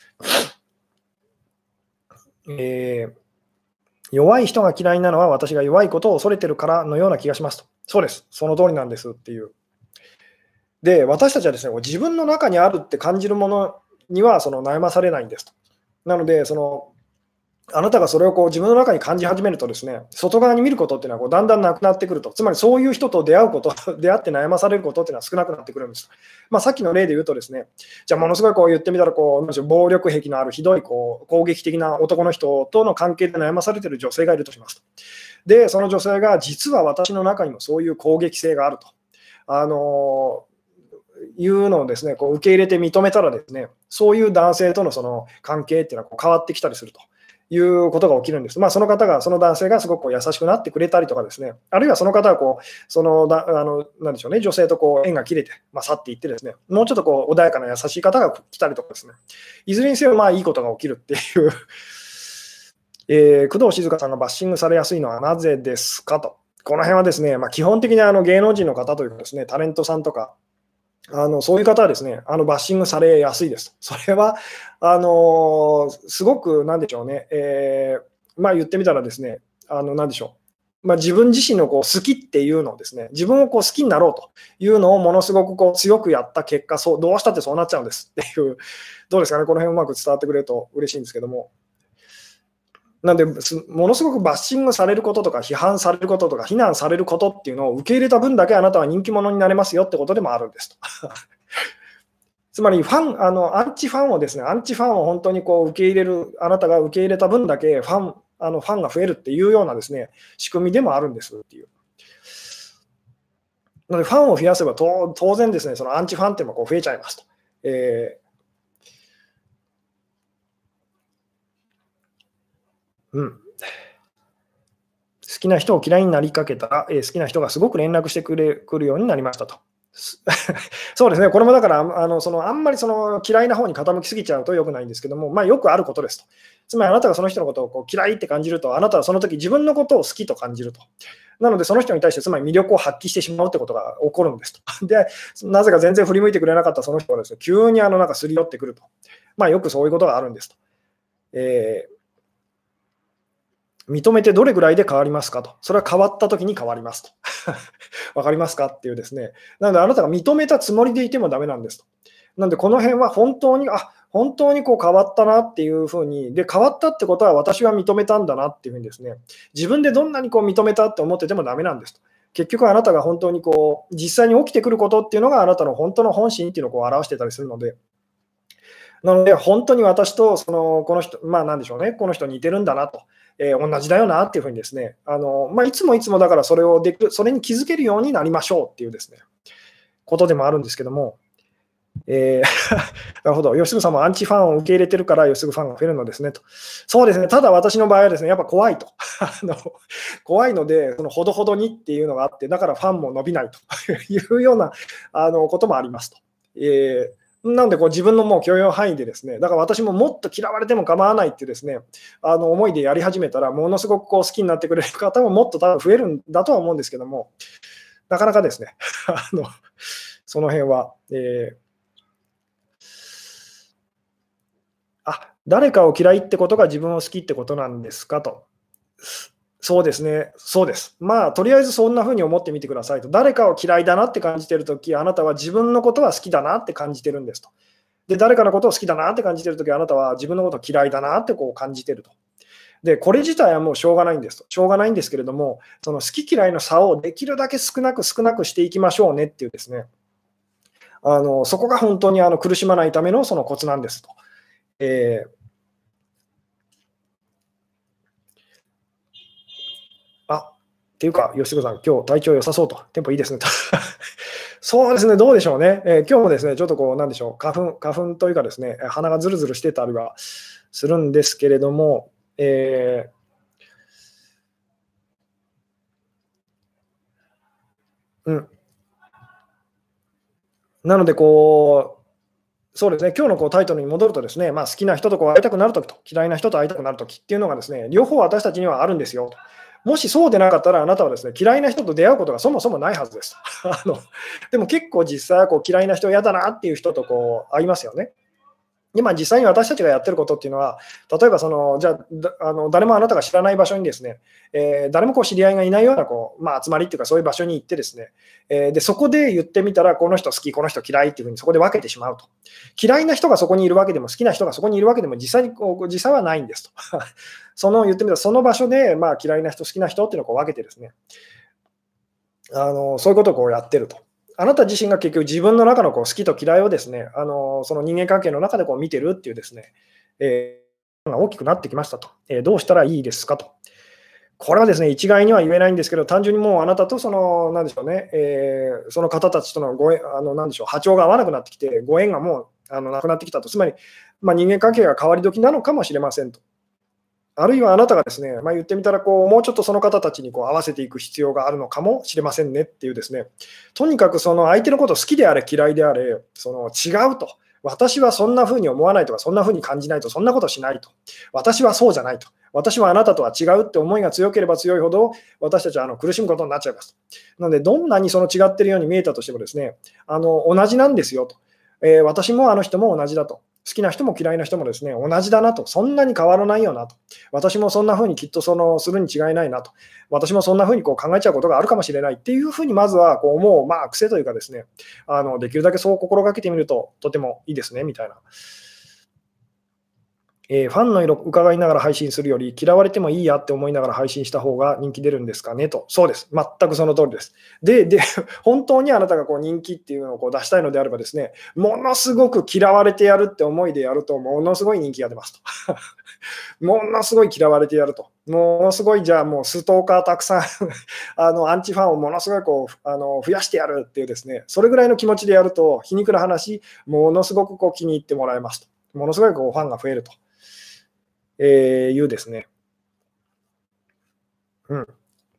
弱い人が嫌いなのは私が弱いことを恐れてるからのような気がしますと。そうです。その通りなんですっていう。で、私たちはですね、自分の中にあるって感じるものには悩まされないんですと。なので、あなたがそれを自分の中に感じ始めるとですね、外側に見ることっていうのはだんだんなくなってくると。つまりそういう人と出会うこと、出会って悩まされることっていうのは少なくなってくるんです。さっきの例で言うとですね、じゃあものすごい言ってみたらなんでしょう、暴力癖のあるひどい攻撃的な男の人との関係で悩まされている女性がいるとしますと。で、その女性が実は私の中にもそういう攻撃性があると。いうのをですね、受け入れて認めたらですね、そういう男性とのその関係っていうのは変わってきたりするということが起きるんです。その方が、その男性がすごく優しくなってくれたりとかですね、あるいはその方はなんでしょうね、女性と縁が切れて、去っていってですね、もうちょっと穏やかな優しい方が来たりとかですね、いずれにせよいいことが起きるっていう工藤静香さんがバッシングされやすいのはなぜですかと。この辺はですね、基本的に芸能人の方というかですね、タレントさんとか、そういう方はですね、バッシングされやすいです。それは、すごく、なんでしょうね、言ってみたらですね、なんでしょう、自分自身の好きっていうのをですね、自分を好きになろうというのをものすごく強くやった結果、どうしたってそうなっちゃうんですっていう、どうですかね、この辺うまく伝わってくれると嬉しいんですけども。なんで、ものすごくバッシングされることとか、批判されることとか、非難されることっていうのを受け入れた分だけあなたは人気者になれますよってことでもあるんですと。つまりアンチファンをですね、アンチファンを本当に受け入れる、あなたが受け入れた分だけファンが増えるっていうようなですね、仕組みでもあるんですっていう。なので、ファンを増やせば当然ですね、そのアンチファンっていうのも増えちゃいますと。好きな人を嫌いになりかけたら、好きな人がすごく連絡してくるようになりましたと。そうですね、これもだからあんまり嫌いな方に傾きすぎちゃうと良くないんですけども、よくあることですと。つまりあなたがその人のことを嫌いって感じると、あなたはその時自分のことを好きと感じると。なので、その人に対してつまり魅力を発揮してしまうってことが起こるんですと。で、なぜか全然振り向いてくれなかったその人がですね、急にすり寄ってくると。よくそういうことがあるんですと。認めてどれぐらいで変わりますかと。それは変わったときに変わりますと。わかりますかっていうですね。なので、あなたが認めたつもりでいてもダメなんですと。なので、この辺は本当に変わったなっていうふうに、で、変わったってことは私は認めたんだなっていうふうにですね、自分でどんなに認めたって思っててもダメなんですと。結局あなたが本当に実際に起きてくることっていうのがあなたの本当の本心っていうのを表してたりするので、なので、本当に私とこの人、なんでしょうね、この人似てるんだなと。同じだよなっていうふうにですね、いつもだからそれに気づけるようになりましょうっていうですね、ことでもあるんですけども、なるほど、吉純さんもアンチファンを受け入れてるから、吉純ファンが増えるのですねと。そうですね、ただ私の場合はですね、やっぱ怖いと。怖いので、ほどほどにっていうのがあって、だからファンも伸びないというようなこともありますと。なので自分のもう許容範囲でですね、だから私ももっと嫌われても構わないっていうですね、思いでやり始めたら、ものすごく好きになってくれる方ももっと多分増えるんだとは思うんですけども、なかなかですね、その辺は、誰かを嫌いってことが自分を好きってことなんですかと。そうですね、そうです。とりあえずそんな風に思ってみてくださいと。誰かを嫌いだなって感じているとき、あなたは自分のことは好きだなって感じてるんですと。で、誰かのことを好きだなって感じているとき、あなたは自分のことを嫌いだなって感じていると。で、これ自体はもうしょうがないんですと。しょうがないんですけれども、その好き嫌いの差をできるだけ少なくしていきましょうねっていうですね、そこが本当に苦しまないためのそのコツなんですと。っていうか、吉純さん、今日体調良さそうと、テンポいいですねと。そうですね、どうでしょうね。今日もですね、ちょっとなんでしょう、花粉というかですね、鼻がズルズルしてたりはするんですけれども、 うん。なのでそうですね、今日のタイトルに戻るとですね、好きな人と会いたくなるときと、嫌いな人と会いたくなるときっていうのがですね、両方私たちにはあるんですよと。もしそうでなかったら、あなたはですね、嫌いな人と出会うことがそもそもないはずです。でも結構実際は嫌いな人嫌だなっていう人と会いますよね。今実際に私たちがやってることっていうのは、例えばじゃあ、誰もあなたが知らない場所にですね、誰も知り合いがいないような集まりっていうか、そういう場所に行ってですね、で、そこで言ってみたら、この人好き、この人嫌いっていうふうにそこで分けてしまうと。嫌いな人がそこにいるわけでも、好きな人がそこにいるわけでも、実際はないんですと。言ってみたら、その場所で、嫌いな人、好きな人っていうのを分けてですね、そういうことをやってると。あなた自身が結局自分の中の好きと嫌いをですね、その人間関係の中で見てるっていうですね、が大きくなってきましたと。どうしたらいいですかと。これはですね、一概には言えないんですけど、単純にもうあなたとなんでしょうね、その方たちとのなんでしょう、波長が合わなくなってきて、ご縁がもうなくなってきたと。つまり、人間関係が変わり時なのかもしれませんと。あるいはあなたがですね、言ってみたらもうちょっとその方たちに合わせていく必要があるのかもしれませんねっていうですね、とにかくその相手のことを好きであれ嫌いであれ、違うと。私はそんな風に思わないとか、そんな風に感じないと、そんなことしないと。私はそうじゃないと。私はあなたとは違うって思いが強ければ強いほど、私たちは苦しむことになっちゃいます。なので、どんなに違っているように見えたとしてもですね、同じなんですよと。私もあの人も同じだと。好きな人も嫌いな人もですね、同じだなと。そんなに変わらないよなと。私もそんな風にきっとするに違いないなと。私もそんな風に考えちゃうことがあるかもしれないっていう風にまずは思う、癖というかですね、できるだけそう心がけてみるととてもいいですねみたいな。ファンの色伺いながら配信するより、嫌われてもいいやって思いながら配信した方が人気出るんですかねと。そうです。全くその通りです。で、本当にあなたが人気っていうのを出したいのであればですね、ものすごく嫌われてやるって思いでやると、ものすごい人気が出ますと。ものすごい嫌われてやると。ものすごい、じゃあもうストーカーたくさんアンチファンをものすごい増やしてやるっていうですね、それぐらいの気持ちでやると、皮肉な話、ものすごく気に入ってもらえますと。ものすごいファンが増えると。いうですね。うん。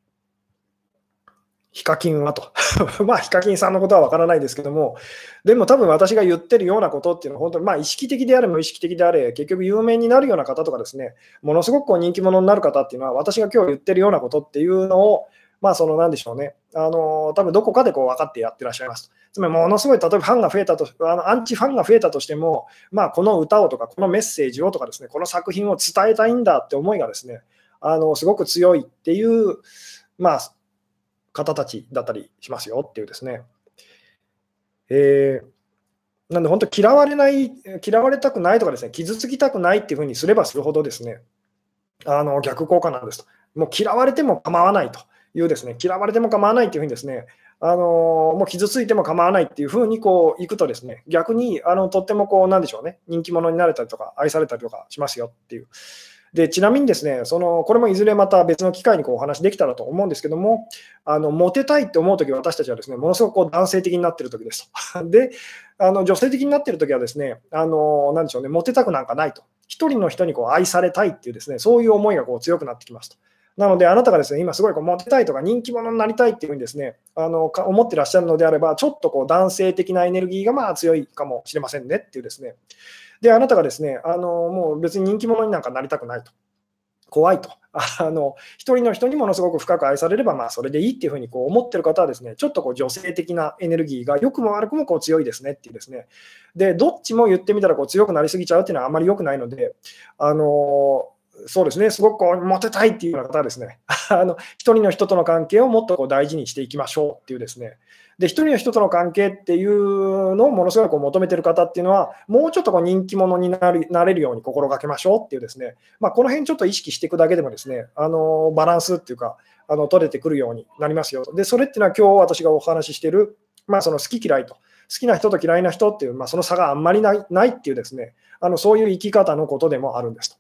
ヒカキンはと。ヒカキンさんのことはわからないですけども、でも多分私が言ってるようなことっていうのは、本当に意識的であれ無意識的であれ、結局有名になるような方とかですね、ものすごく人気者になる方っていうのは、私が今日言ってるようなことっていうのを、なんでしょうね、多分どこかで分かってやってらっしゃいますと。つまりものすごい、例えばファンが増えたと、アンチファンが増えたとしても、この歌をとか、このメッセージをとかですね、この作品を伝えたいんだって思いがですね、すごく強いっていう、まあ、方たちだったりしますよっていうですね。えなんで本当嫌われたくないとかですね、傷つきたくないっていう風にすればするほどですね、逆効果なんですと。もう嫌われても構わないというですね、嫌われても構わないっていう風にですね、もう傷ついても構わないっていう風にいくとですね、逆にとってもなんでしょうね、人気者になれたりとか、愛されたりとかしますよっていう。で、ちなみにですね、これもいずれまた別の機会にお話できたらと思うんですけども、モテたいって思うとき、私たちはですね、ものすごく男性的になっているときですと。で、女性的になっているときはですね、なんでしょうね、モテたくなんかないと。一人の人に愛されたいっていうですね、そういう思いが強くなってきますと。なので、あなたがですね、今すごいモテたいとか人気者になりたいっていうふうにですね、思ってらっしゃるのであれば、ちょっと男性的なエネルギーが強いかもしれませんねっていうですね。で、あなたがですね、もう別に人気者になんかなりたくないと。怖いと。一人の人にものすごく深く愛されれば、それでいいっていうふうに思ってる方はですね、ちょっと女性的なエネルギーが良くも悪くも強いですねっていうですね。で、どっちも言ってみたら強くなりすぎちゃうっていうのはあまり良くないので、そうですね、すごくモテたいっていうような方はですね、一人の人との関係をもっと大事にしていきましょうっていうですね。で、一人の人との関係っていうのをものすごく求めてる方っていうのは、もうちょっと人気者になれるように心がけましょうっていうですね、この辺ちょっと意識していくだけでもですね、バランスっていうか、取れてくるようになりますよ。で、それっていうのは今日私がお話ししている、その好き嫌いと、好きな人と嫌いな人っていう、その差があんまりないっていうですね、そういう生き方のことでもあるんですと。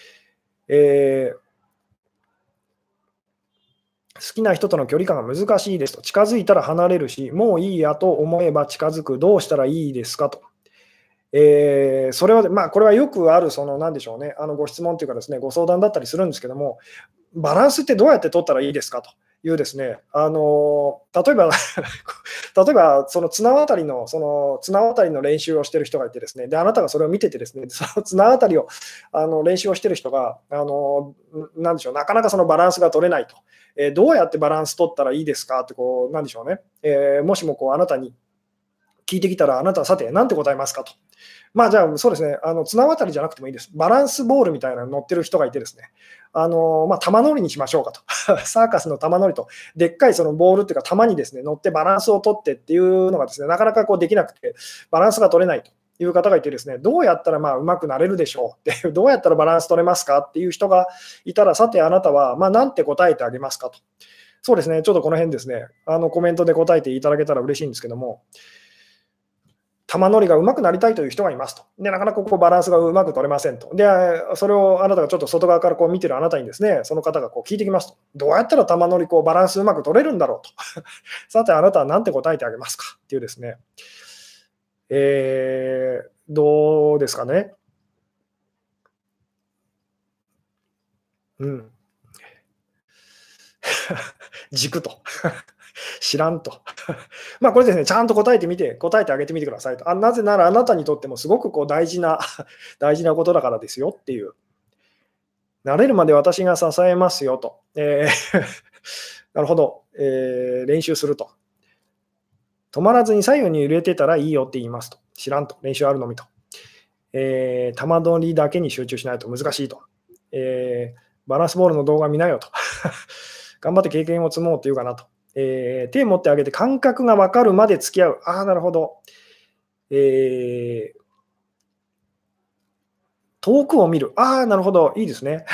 好きな人との距離感が難しいですと。近づいたら離れるし、もういいやと思えば近づく。どうしたらいいですかと。それは、これはよくある、なんでしょうね、ご質問というかですね、ご相談だったりするんですけども、バランスってどうやって取ったらいいですかというですね、例えば例えばその綱渡りの練習をしている人がいてですね、で、あなたがそれを見ててですね、その綱渡りを練習をしている人が、なんでしょう、なかなかそのバランスが取れないと。どうやってバランス取ったらいいですかってこう、なんでしょうね。もしもこうあなたに聞いてきたら、あなたはさて何て答えますかと。まあ、じゃあ、そうですね、綱渡りじゃなくてもいいです。バランスボールみたいなの乗ってる人がいてですね、まあ、玉乗りにしましょうかと。サーカスの玉乗りと、でっかいそのボールっていうか玉にですね、乗ってバランスを取ってっていうのがですね、なかなかこうできなくて、バランスが取れないという方がいてですね、どうやったらまあ上手くなれるでしょうっていう、どうやったらバランス取れますかっていう人がいたら、さてあなたは、まあ、なんて答えてあげますかと。そうですね、ちょっとこの辺ですね、コメントで答えていただけたら嬉しいんですけども、玉乗りが上手くなりたいという人がいますと。で、なかなかここバランスがうまく取れませんと。で、それをあなたがちょっと外側からこう見てるあなたにですね、その方がこう聞いてきますと。どうやったら玉乗りこうバランスうまく取れるんだろうと。さて、あなたは何て答えてあげますかっていうですね。どうですかね。うん。軸と。知らんと。まあ、これですね、ちゃんと答えてあげてみてくださいと。なぜならあなたにとってもすごくこう大事な大事なことだからですよっていう。慣れるまで私が支えますよと。なるほど、練習すると。止まらずに左右に揺れてたらいいよって言いますと。知らんと。練習あるのみと。玉取りだけに集中しないと難しいと。バランスボールの動画見なよと。頑張って経験を積もうっていうかなと。手を持ってあげて感覚が分かるまで付き合う。ああ、なるほど。遠くを見る。ああ、なるほど。いいですね。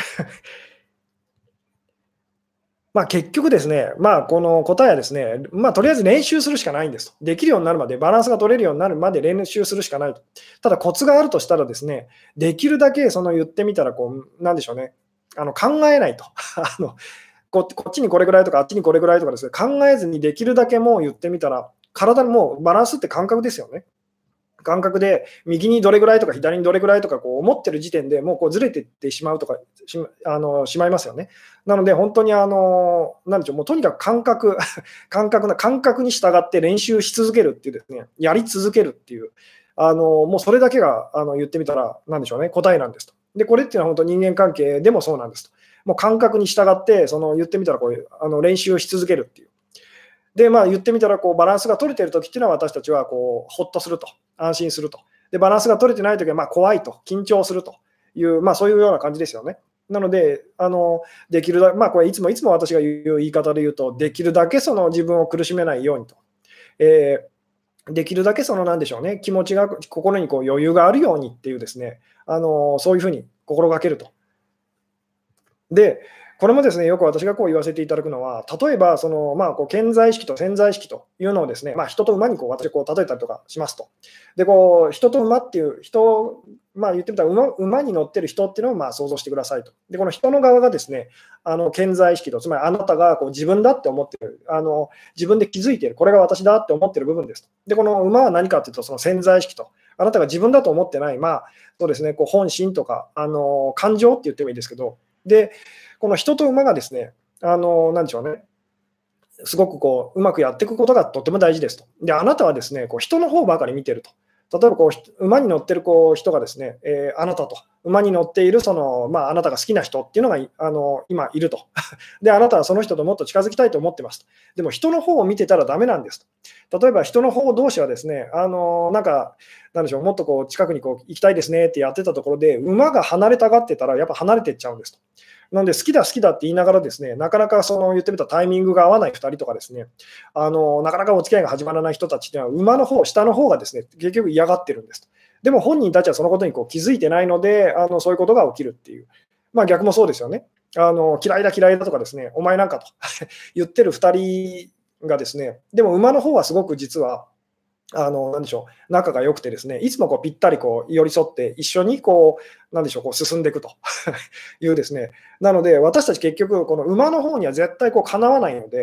まあ、結局ですね、まあ、この答えはですね、まあ、とりあえず練習するしかないんですと。できるようになるまで、バランスが取れるようになるまで練習するしかないと。ただコツがあるとしたらですね、できるだけその言ってみたらこう、なんでしょうね、考えないと。こっちにこれぐらいとか、あっちにこれぐらいとかですね、考えずにできるだけもう言ってみたら、体のもうバランスって感覚ですよね。感覚で右にどれぐらいとか左にどれぐらいとかこう思ってる時点でもうこうずれていってしまうとかしまいますよね。なので本当になんでしょう、もうとにかく感覚感覚に従って練習し続けるっていうですね、やり続けるっていう、もうそれだけが言ってみたらなんでしょうね、答えなんですと。で、これっていうのは本当人間関係でもそうなんですと。もう感覚に従って言ってみたらこういう練習をし続けるっていう。で、まあ、言ってみたらこうバランスが取れている時っていうのは私たちはこうほっとすると、安心すると。で、バランスが取れてない時はまあ怖いと、緊張するという、まあ、そういうような感じですよね。なので、できるだまあ、これいつも私が言う言い方で言うと、できるだけその自分を苦しめないようにと。できるだけなんでしょうね、気持ちが心にこう余裕があるようにっていうですね、そういうふうに心がけると。で、これもですね、よく私がこう言わせていただくのは、例えばまあ、こう顕在意識と潜在意識というのをですね、まあ、人と馬にこう私こう例えたりとかしますと。で、こう人と馬っていうまあ、言ってみたら馬に乗ってる人っていうのをまあ想像してくださいと。で、この人の側がですね、顕在意識と、つまりあなたがこう自分だって思ってる、自分で気づいている、これが私だって思っている部分ですと。で、この馬は何かというと、その潜在意識と、あなたが自分だと思ってない、まあ、そうですね、こう本心とか、感情って言ってもいいですけど、で、この人と馬がですね、なんでしょうね、すごくこう、うまくやっていくことがとても大事ですと。で、あなたはですね、こう人の方ばかり見てると。例えばこう、馬に乗ってるこう人がですね、あなたと、馬に乗っているまあ、あなたが好きな人っていうのが今いると。で、あなたはその人ともっと近づきたいと思ってますと。でも人の方を見てたらダメなんですと。例えば人の方同士はですね、なんか、なんでしょう、もっとこう近くにこう行きたいですねってやってたところで、馬が離れたがってたら、やっぱ離れていっちゃうんですと。なので、好きだ、好きだって言いながらですね、なかなか言ってみたタイミングが合わない2人とかですね、なかなかお付き合いが始まらない人たちっていうのは、馬の方、下の方がですね、結局嫌がってるんですと。でも本人たちはそのことにこう気づいてないので、そういうことが起きるっていう。まあ逆もそうですよね。嫌いだ嫌いだとかですね、お前なんかと言ってる2人がですね、でも馬の方はすごく実はなんでしょう、仲が良くてですね、いつもこうぴったりこう寄り添って、一緒にこう、なんでしょう、こう進んでいくというですね。なので、私たち結局、この馬の方には絶対こうかなわないので、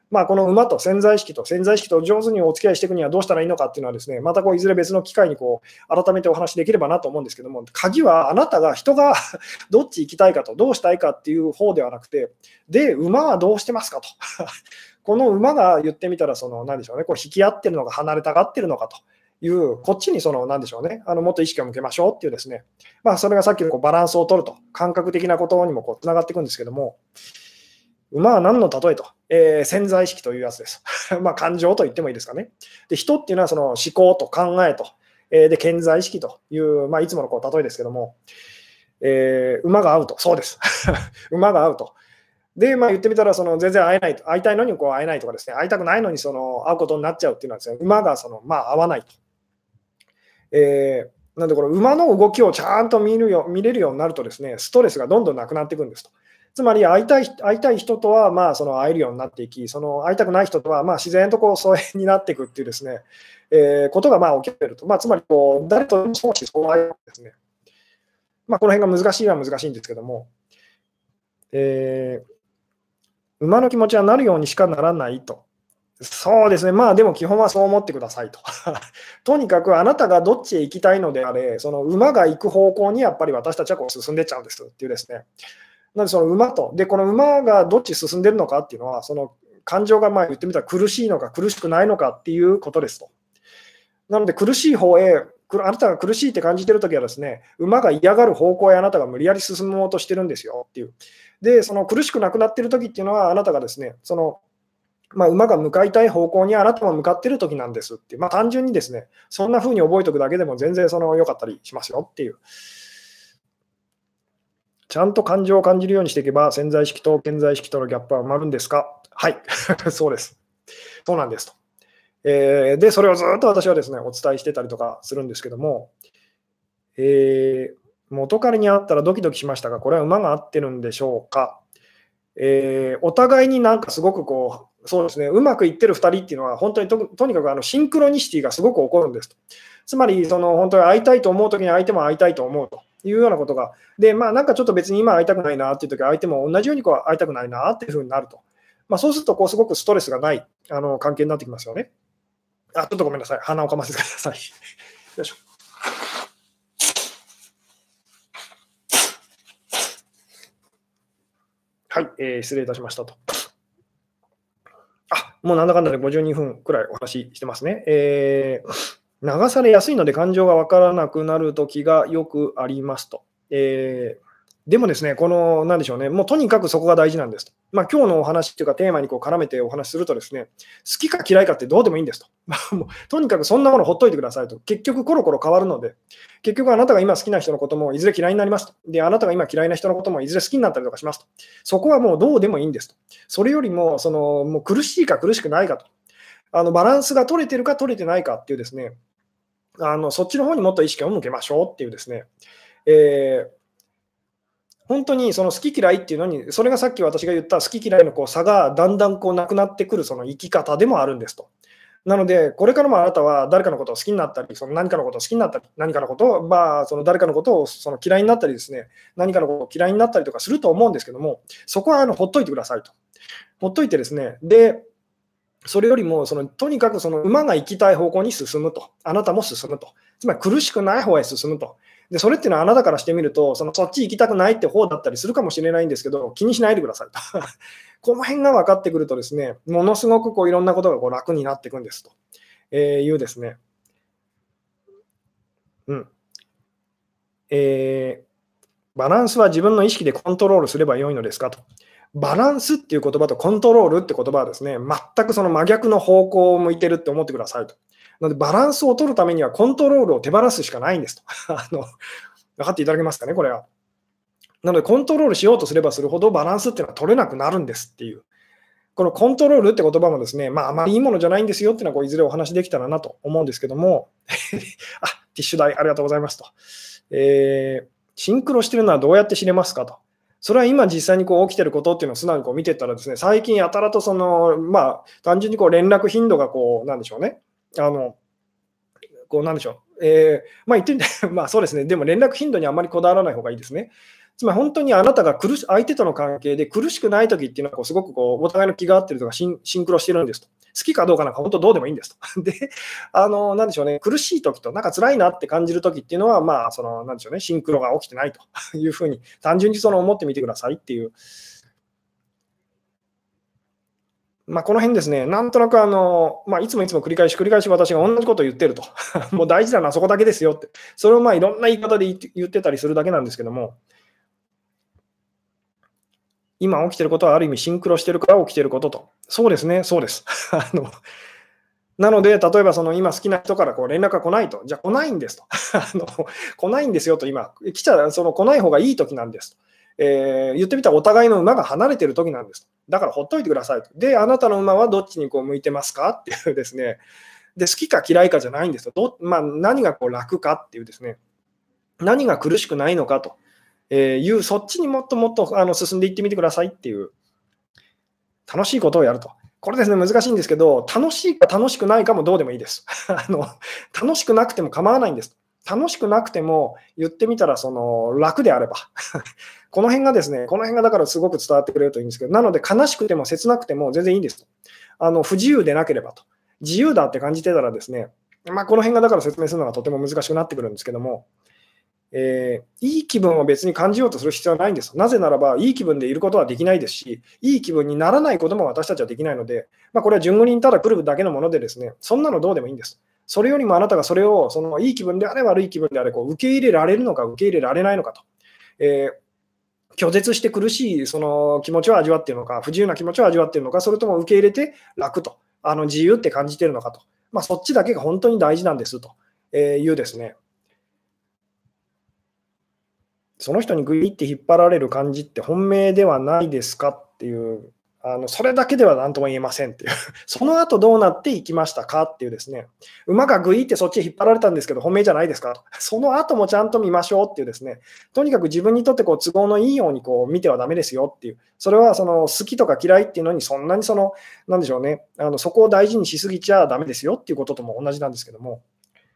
まあ、この馬と潜在意識と上手にお付き合いしていくにはどうしたらいいのかっていうのはですね、またいずれ別の機会に改めてお話しできればなと思うんですけども、鍵はあなたが人がどっち行きたいかと、どうしたいかっていう方ではなくて、で、馬はどうしてますかと。この馬が言ってみたら、何でしょうね、引き合ってるのか離れたがってるのかという、こっちに何でしょうね、もっと意識を向けましょうっていうですね、まあ、それがさっきのバランスを取ると、感覚的なことにもつながっていくんですけども、馬は何の例えと、潜在意識というやつです。まあ感情と言ってもいいですかね。で、人っていうのはその思考と考えと、で、潜在意識という、まあ、いつもの例えですけども、馬が合うと、そうです。馬が合うと。で、まあ、言ってみたら、全然会えないと、会いたいのに会えないとかですね、会いたくないのに会うことになっちゃうっていうのはですね、馬がまあ、合わないと。なんで、これ、馬の動きをちゃんと見れるようになるとですね、ストレスがどんどんなくなっていくんですと。つまり会いたい人とは、まあ、会えるようになっていき、会いたくない人とは、まあ、自然と疎遠になっていくっていうですね、ことがまあ起きていると。まあ、つまり誰とも相思相愛ですね。まあ、この辺が難しいは難しいんですけども、馬の気持ちはなるようにしかならないと。そうですね、まあでも基本はそう思ってくださいと。とにかくあなたがどっちへ行きたいのであれ、その馬が行く方向にやっぱり私たちは進んでっちゃうんですっていうですね。なのでその馬と、で、この馬がどっち進んでるのかっていうのは、その感情がまあ言ってみたら苦しいのか苦しくないのかっていうことですと。なので苦しい方へ、あなたが苦しいって感じてるときはですね、馬が嫌がる方向へあなたが無理やり進もうとしてるんですよっていう。で、その苦しくなくなってるときっていうのは、あなたがですね、まあ、馬が向かいたい方向にあなたも向かっているときなんですっていう、まあ、単純にですね、そんな風に覚えておくだけでも全然良かったりしますよっていう。ちゃんと感情を感じるようにしていけば、潜在意識と顕在意識とのギャップは埋まるんですか？はい、そうです。そうなんですと。で、それをずっと私はですね、お伝えしてたりとかするんですけども、元彼に会ったらドキドキしましたが、これは馬が合ってるんでしょうか？お互いになんかすごくそうですね、うまくいってる2人っていうのは、本当にとにかくシンクロニシティがすごく起こるんですと。つまり、本当に会いたいと思うときに相手も会いたいと思うというようなことが、で、まあなんかちょっと別に今会いたくないなっていうときは、相手も同じように会いたくないなっていうふうになると。まあ、そうするとすごくストレスがない関係になってきますよね。ちょっとごめんなさい。鼻をかませてください。よいしょ。はい、失礼いたしましたと。もうなんだかんだで52分くらいお話ししてますね。流されやすいので感情がわからなくなるときがよくありますと。でもですね、なんでしょうね、もうとにかくそこが大事なんですと。まあ、今日のお話っていうか、テーマに絡めてお話しするとですね、好きか嫌いかってどうでもいいんですと。もうとにかくそんなものほっといてくださいと。結局コロコロ変わるので、結局あなたが今好きな人のこともいずれ嫌いになりますと。で、あなたが今嫌いな人のこともいずれ好きになったりとかしますと。そこはもうどうでもいいんですと。それよりも、もう苦しいか苦しくないかと。バランスが取れてるか取れてないかっていうですね、そっちの方にもっと意識を向けましょうっていうですね、本当にその好き嫌いっていうのに、それがさっき私が言った好き嫌いの差がだんだんなくなってくるその生き方でもあるんですと。なので、これからもあなたは誰かのことを好きになったり、何かのことを好きになったり、何かのことを、まあ、誰かのことを嫌いになったりですね、何かのことを嫌いになったりとかすると思うんですけども、そこはほっといてくださいと。ほっといてですね、で、それよりもとにかく馬が行きたい方向に進むと、あなたも進むと、つまり苦しくない方へ進むと。で、それっていうのはあなたからしてみると、そっち行きたくないって方だったりするかもしれないんですけど、気にしないでくださいと。この辺が分かってくるとですね、ものすごくいろんなことが楽になっていくんですと、いうですね。バランスは自分の意識でコントロールすればよいのですかと。バランスっていう言葉とコントロールって言葉はですね、全く真逆の方向を向いてるって思ってくださいと。なので、バランスを取るためにはコントロールを手放すしかないんですと。分かっていただけますかね、これは。なので、コントロールしようとすればするほどバランスっていうのは取れなくなるんですっていう。このコントロールって言葉もですね、まあ、あまりいいものじゃないんですよっていうのはいずれお話できたらなと思うんですけども、ティッシュ代ありがとうございますと。シンクロしてるのはどうやって知れますかと。それは今実際に起きてることっていうのを素直に見ていったらですね、最近やたらとまあ、単純に連絡頻度がなんでしょうね。なんでしょう。まあ言ってみて、まあそうですね。でも連絡頻度にあまりこだわらない方がいいですね。 つまり本当にあなたが相手との関係で苦しくない時っていうのはすごくお互いの気が合ってるとかシンクロしてるんですと。好きかどうかなんか本当どうでもいいんですと。で、なんでしょうね、苦しい時となんか辛いなって感じる時っていうのは、なんでしょうね、シンクロが起きてないというふうに単純に思ってみてくださいっていう。この辺ですね、なんとなくいつもいつも繰り返し私が同じことを言ってると。もう大事なのはそこだけですよって。それをいろんな言い方で言ってたりするだけなんですけども、今起きてることはある意味シンクロしてるから起きてることと。そうですね、そうです。なので、例えば今好きな人から連絡が来ないと。じゃあ来ないんですと。来ないんですよと今。来ない方がいい時なんですと。言ってみたらお互いの馬が離れてる時なんですと。だからほっといてくださいと。で、あなたの馬はどっちに向いてますかっていうですね。で、好きか嫌いかじゃないんですよ。何が楽かっていうですね。何が苦しくないのかという、そっちにもっともっと進んでいってみてくださいっていう、楽しいことをやると。これですね、難しいんですけど、楽しいか楽しくないかもどうでもいいです。楽しくなくても構わないんです。楽しくなくても、言ってみたら楽であれば。この辺がですね、この辺がだからすごく伝わってくれるといいんですけど、なので悲しくても切なくても全然いいんですと。不自由でなければと。自由だって感じてたらですね、この辺がだから説明するのがとても難しくなってくるんですけども、いい気分を別に感じようとする必要はないんです。なぜならば、いい気分でいることはできないですし、いい気分にならないことも私たちはできないので、これは順繰りにただ来るだけのものでですね、そんなのどうでもいいんです。それよりもあなたがそれを、いい気分であれ悪い気分であれ、受け入れられるのか受け入れられないのかと。拒絶して苦しい気持ちを味わっているのか、不自由な気持ちを味わっているのか、それとも受け入れて楽と、自由って感じているのかと。そっちだけが本当に大事なんですというですね、その人にグイって引っ張られる感じって本命ではないですかっていう、それだけでは何とも言えませんっていう、その後どうなっていきましたかっていうですね、馬がグイってそっちへ引っ張られたんですけど、本命じゃないですかと、その後もちゃんと見ましょうっていうですね、とにかく自分にとって都合のいいように見てはだめですよっていう、それは好きとか嫌いっていうのにそんなになんでしょうね、そこを大事にしすぎちゃだめですよっていうこととも同じなんですけども。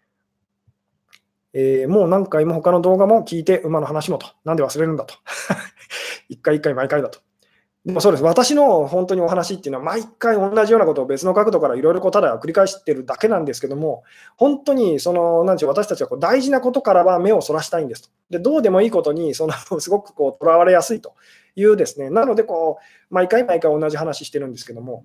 もう何回も他の動画も聞いて、馬の話もと、なんで忘れるんだと。一回一回毎回だと。でもそうです。私の本当にお話っていうのは、毎回同じようなことを別の角度からいろいろただ繰り返してるだけなんですけども、本当になんでしょう、私たちは大事なことからは目をそらしたいんですと。で、どうでもいいことにすごくとらわれやすいというですね、なので毎回毎回同じ話してるんですけども、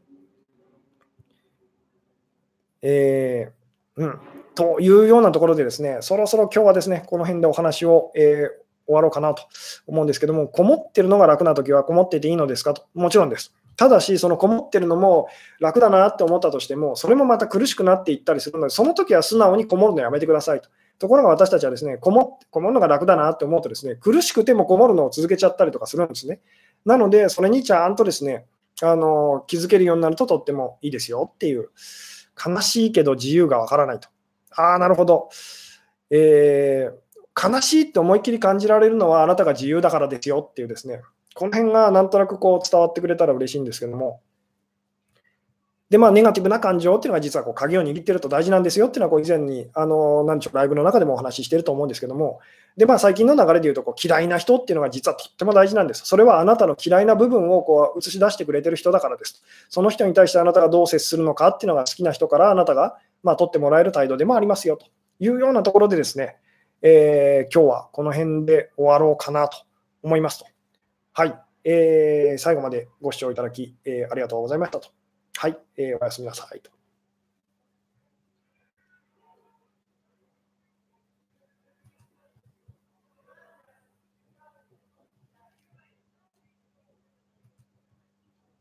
うん。というようなところでですね、そろそろ今日はですね、この辺でお話を、終わろうかなと思うんですけども、こもってるのが楽な時はこもってていいのですかと、もちろんです。ただし、そのこもってるのも楽だなって思ったとしても、それもまた苦しくなっていったりするので、その時は素直にこもるのやめてくださいと。ところが私たちはですね、こもるのが楽だなって思うとですね、苦しくてもこもるのを続けちゃったりとかするんですね。なので、それにちゃんとですね、気づけるようになるととってもいいですよっていう、悲しいけど自由がわからないと。ああ、なるほど。悲しいって思いっきり感じられるのはあなたが自由だからですよっていうですね、この辺がなんとなく伝わってくれたら嬉しいんですけども。で、ネガティブな感情っていうのが実は鍵を握ってると大事なんですよっていうのは以前になんでしょう、ライブの中でもお話ししていると思うんですけども、で、最近の流れで言うと嫌いな人っていうのが実はとっても大事なんです。それはあなたの嫌いな部分を映し出してくれてる人だからです。その人に対してあなたがどう接するのかっていうのが好きな人からあなたが取ってもらえる態度でもありますよというようなところでですね、今日はこの辺で終わろうかなと思いますと。はい。最後までご視聴いただき、ありがとうございましたと。はい、おやすみなさいと。